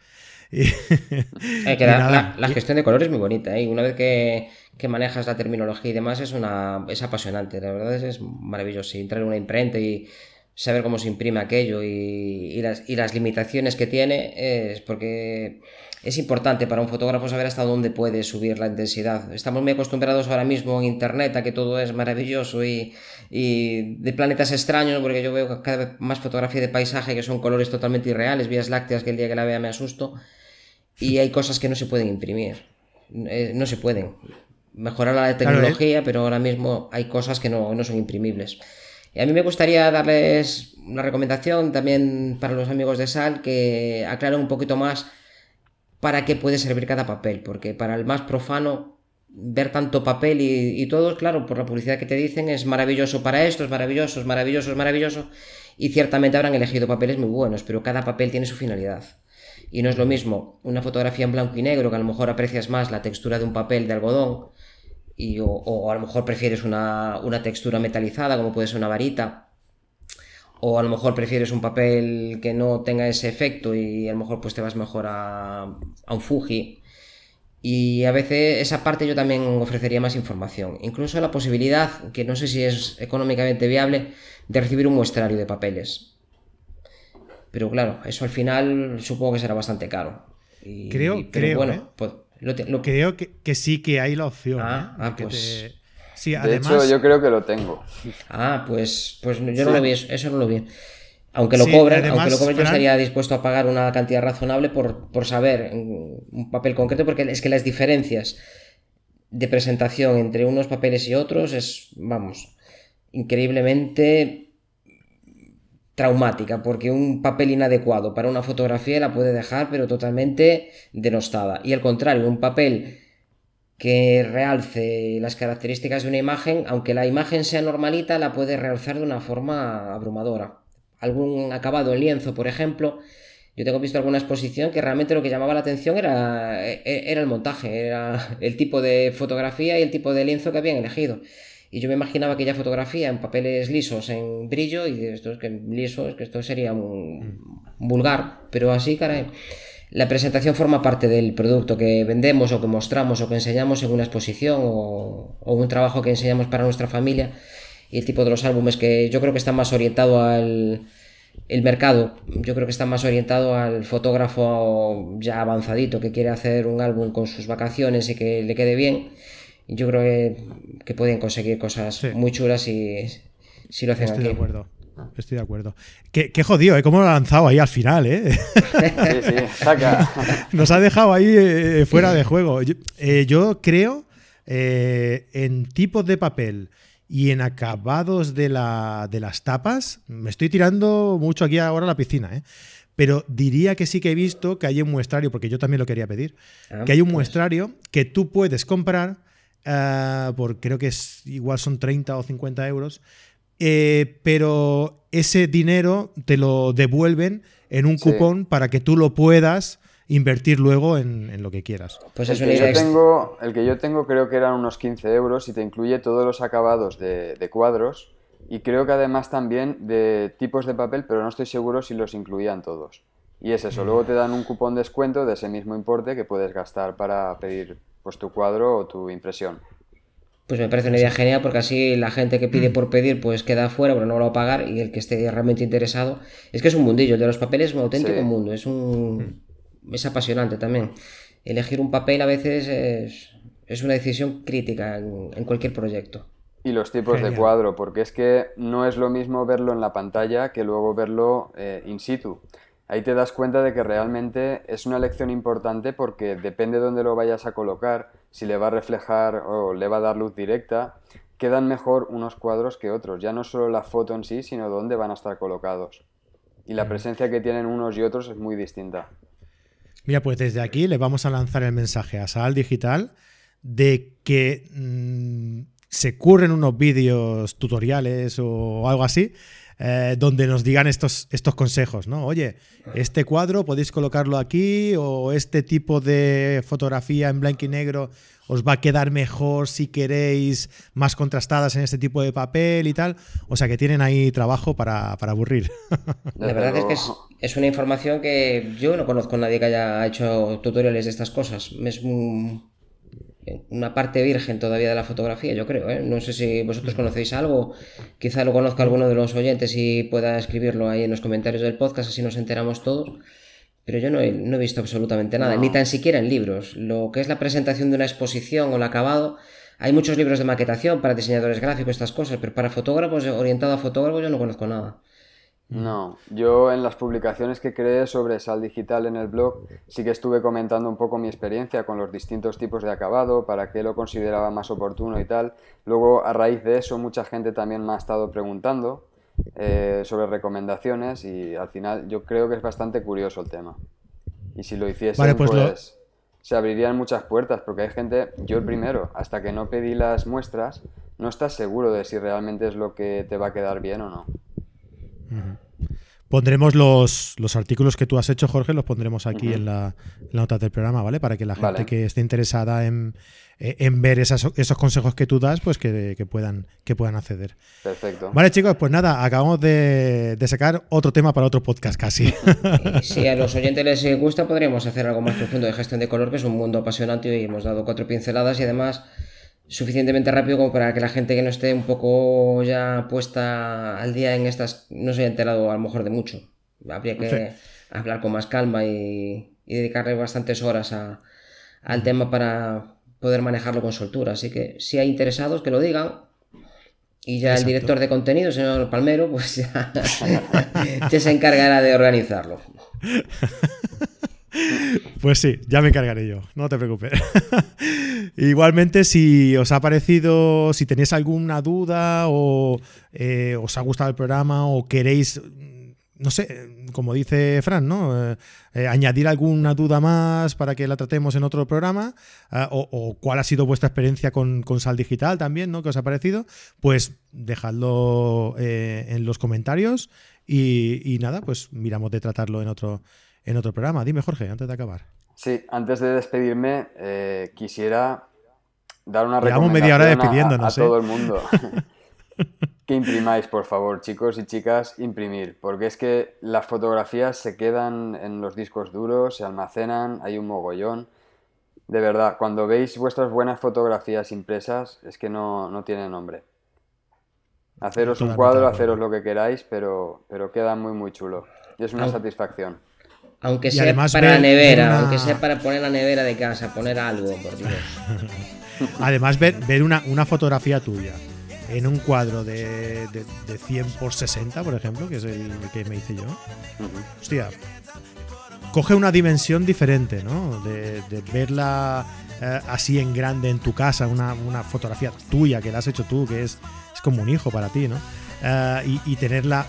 S2: La gestión de colores es muy bonita, ¿eh? Una vez que manejas la terminología y demás es apasionante, la verdad es maravilloso. Entrar en una imprenta y saber cómo se imprime aquello y las limitaciones que tiene es porque... Es importante para un fotógrafo saber hasta dónde puede subir la intensidad. Estamos muy acostumbrados ahora mismo en internet a que todo es maravilloso y de planetas extraños, porque yo veo cada vez más fotografía de paisaje que son colores totalmente irreales, vías lácteas que el día que la vea me asusto, y hay cosas que no se pueden imprimir. No se pueden. Mejorar la tecnología, pero ahora mismo hay cosas que no son imprimibles. Y a mí me gustaría darles una recomendación también para los amigos de Sal, que aclaren un poquito más para qué puede servir cada papel, porque para el más profano ver tanto papel y todo, claro, por la publicidad que te dicen es maravilloso para esto, es maravilloso, y ciertamente habrán elegido papeles muy buenos, pero cada papel tiene su finalidad. Y no es lo mismo una fotografía en blanco y negro, que a lo mejor aprecias más la textura de un papel de algodón o a lo mejor prefieres una textura metalizada, como puede ser una varita, o a lo mejor prefieres un papel que no tenga ese efecto y a lo mejor pues te vas mejor a un Fuji. Y a veces esa parte yo también ofrecería más información, incluso la posibilidad, que no sé si es económicamente viable, de recibir un muestrario de papeles. Pero claro, eso al final supongo que será bastante caro.
S4: Creo,
S2: pues,
S4: creo que sí que hay la opción.
S2: Pues...
S4: Sí,
S3: además... De hecho, yo creo que lo tengo.
S2: Pues yo no lo vi, eso no lo vi. Aunque lo cobren, yo estaría dispuesto a pagar una cantidad razonable por saber un papel concreto, porque es que las diferencias de presentación entre unos papeles y otros es, vamos, increíblemente traumática, porque un papel inadecuado para una fotografía la puede dejar pero totalmente denostada, y al contrario, un papel que realce las características de una imagen, aunque la imagen sea normalita, la puede realzar de una forma abrumadora. Algún acabado en lienzo, por ejemplo, yo tengo visto alguna exposición que realmente lo que llamaba la atención era el montaje, era el tipo de fotografía y el tipo de lienzo que habían elegido. Y yo me imaginaba aquella fotografía en papeles lisos, en brillo, y esto es que liso, es que esto sería un vulgar, pero así, caray. La presentación forma parte del producto que vendemos o que mostramos o que enseñamos en una exposición o un trabajo que enseñamos para nuestra familia, y el tipo de los álbumes que yo creo que están más orientado al mercado, yo creo que está más orientado al fotógrafo ya avanzadito que quiere hacer un álbum con sus vacaciones y que le quede bien. Yo creo que pueden conseguir cosas muy chulas si lo hacen aquí.
S4: Estoy de acuerdo. Qué jodido, ¿eh? Cómo lo ha lanzado ahí al final, ¿eh?
S3: Sí, saca.
S4: Nos ha dejado ahí fuera de juego. Yo creo en tipos de papel y en acabados de las tapas, me estoy tirando mucho aquí ahora a la piscina, ¿eh? Pero diría que sí que he visto que hay un muestrario, porque yo también lo quería pedir, que hay un muestrario que tú puedes comprar por, creo que igual son 30 o 50 euros, pero ese dinero te lo devuelven en un cupón para que tú lo puedas invertir luego en lo que quieras.
S2: Pues
S3: el que yo tengo creo que eran unos 15 euros y te incluye todos los acabados de cuadros, y creo que además también de tipos de papel, pero no estoy seguro si los incluían todos. Y es eso, luego te dan un cupón de descuento de ese mismo importe que puedes gastar para pedir pues tu cuadro o tu impresión.
S2: Pues me parece una idea genial, porque así la gente que pide por pedir pues queda afuera porque no lo va a pagar, y el que esté realmente interesado, es que es un mundillo, el de los papeles es un auténtico mundo, es apasionante también. Elegir un papel a veces es una decisión crítica en cualquier proyecto.
S3: Y los tipos de cuadro, porque es que no es lo mismo verlo en la pantalla que luego verlo in situ. Ahí te das cuenta de que realmente es una lección importante, porque depende de dónde lo vayas a colocar, si le va a reflejar o le va a dar luz directa, quedan mejor unos cuadros que otros. Ya no solo la foto en sí, sino dónde van a estar colocados. Y la presencia que tienen unos y otros es muy distinta.
S4: Mira, pues desde aquí le vamos a lanzar el mensaje a Saal Digital de que se curren unos vídeos tutoriales o algo así, donde nos digan estos consejos, ¿no? Oye, este cuadro podéis colocarlo aquí, o este tipo de fotografía en blanco y negro os va a quedar mejor si queréis más contrastadas en este tipo de papel y tal. O sea que tienen ahí trabajo para aburrir.
S2: La verdad es que es una información que yo no conozco a nadie que haya hecho tutoriales de estas cosas. Es una parte virgen todavía de la fotografía, yo creo, ¿eh? No sé si vosotros conocéis algo, quizá lo conozca alguno de los oyentes y pueda escribirlo ahí en los comentarios del podcast, así nos enteramos todos, pero yo no he visto absolutamente nada, ni tan siquiera en libros. Lo que es la presentación de una exposición o el acabado, hay muchos libros de maquetación para diseñadores gráficos, estas cosas, pero para fotógrafos, orientado a fotógrafos, yo no conozco nada.
S3: No, yo en las publicaciones que creé sobre Saal Digital en el blog sí que estuve comentando un poco mi experiencia con los distintos tipos de acabado, para qué lo consideraba más oportuno y tal. Luego, a raíz de eso, mucha gente también me ha estado preguntando sobre recomendaciones, y al final yo creo que es bastante curioso el tema. Y si lo hiciesen, pues se abrirían muchas puertas, porque hay gente, yo el primero, hasta que no pedí las muestras, no estás seguro de si realmente es lo que te va a quedar bien o no.
S4: Pondremos los artículos que tú has hecho, Jorge, los pondremos aquí en la nota del programa, ¿vale? Para que la gente que esté interesada en ver esos consejos que tú das, pues que puedan acceder.
S3: Perfecto.
S4: Vale, chicos, pues nada, acabamos de sacar otro tema para otro podcast casi.
S2: Si a los oyentes les gusta, podríamos hacer algo más profundo de gestión de color, que es un mundo apasionante y hemos dado 4 pinceladas y además suficientemente rápido como para que la gente que no esté un poco ya puesta al día en estas no se haya enterado a lo mejor de mucho. Habría que hablar con más calma y dedicarle bastantes horas al tema para poder manejarlo con soltura. Así que si hay interesados, que lo digan. Y ya el director de contenido, señor Palmero, pues ya se encargará de organizarlo.
S4: Pues sí, ya me encargaré yo, no te preocupes. Igualmente, si os ha parecido, si tenéis alguna duda o os ha gustado el programa o queréis, no sé, como dice Fran, ¿no? Añadir alguna duda más para que la tratemos en otro programa, o cuál ha sido vuestra experiencia con Sal Digital también, ¿no? ¿Qué os ha parecido? Pues dejadlo en los comentarios y nada, pues miramos de tratarlo en otro programa. Dime, Jorge, antes de acabar.
S3: Sí, antes de despedirme, quisiera dar una
S4: Llevamos media hora despidiéndonos,
S3: a todo el mundo. Que imprimáis, por favor, chicos y chicas, imprimir, porque es que las fotografías se quedan en los discos duros, se almacenan, hay un mogollón. De verdad, cuando veis vuestras buenas fotografías impresas, es que no tiene nombre. Haceros un cuadro, haceros lo que queráis, pero queda muy, muy chulo. Y es una satisfacción.
S2: Aunque sea para la nevera, aunque sea para poner la nevera de casa, poner algo, por Dios.
S4: Además, ver una fotografía tuya en un cuadro de 100 por 60, por ejemplo, que es el que me hice yo. Hostia, coge una dimensión diferente, ¿no? De verla así en grande en tu casa, una fotografía tuya que la has hecho tú, que es como un hijo para ti, ¿no? Y tenerla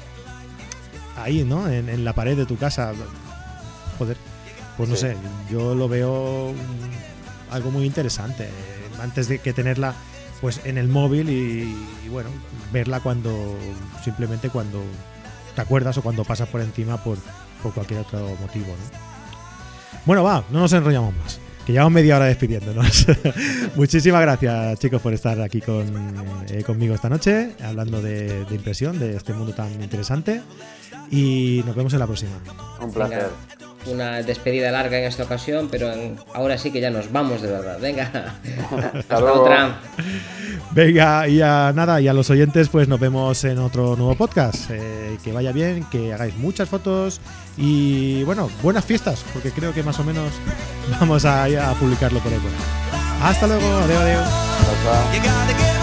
S4: ahí, ¿no? En la pared de tu casa. Joder, pues no sé, yo lo veo algo muy interesante. Antes de que tenerla pues en el móvil y bueno, verla simplemente cuando te acuerdas o cuando pasas por encima por cualquier otro motivo, ¿no? Bueno, va, no nos enrollamos más, que llevamos media hora despidiéndonos. Muchísimas gracias, chicos, por estar aquí conmigo esta noche, hablando de impresión, de este mundo tan interesante, y nos vemos en la próxima.
S3: Un placer.
S2: Una despedida larga en esta ocasión, pero ahora sí que ya nos vamos de verdad. Venga, hasta otra.
S4: Venga, y a los oyentes, pues nos vemos en otro nuevo podcast. Que vaya bien, que hagáis muchas fotos y bueno, buenas fiestas, porque creo que más o menos vamos a publicarlo por ahí. Hasta luego, adiós.
S3: Chao.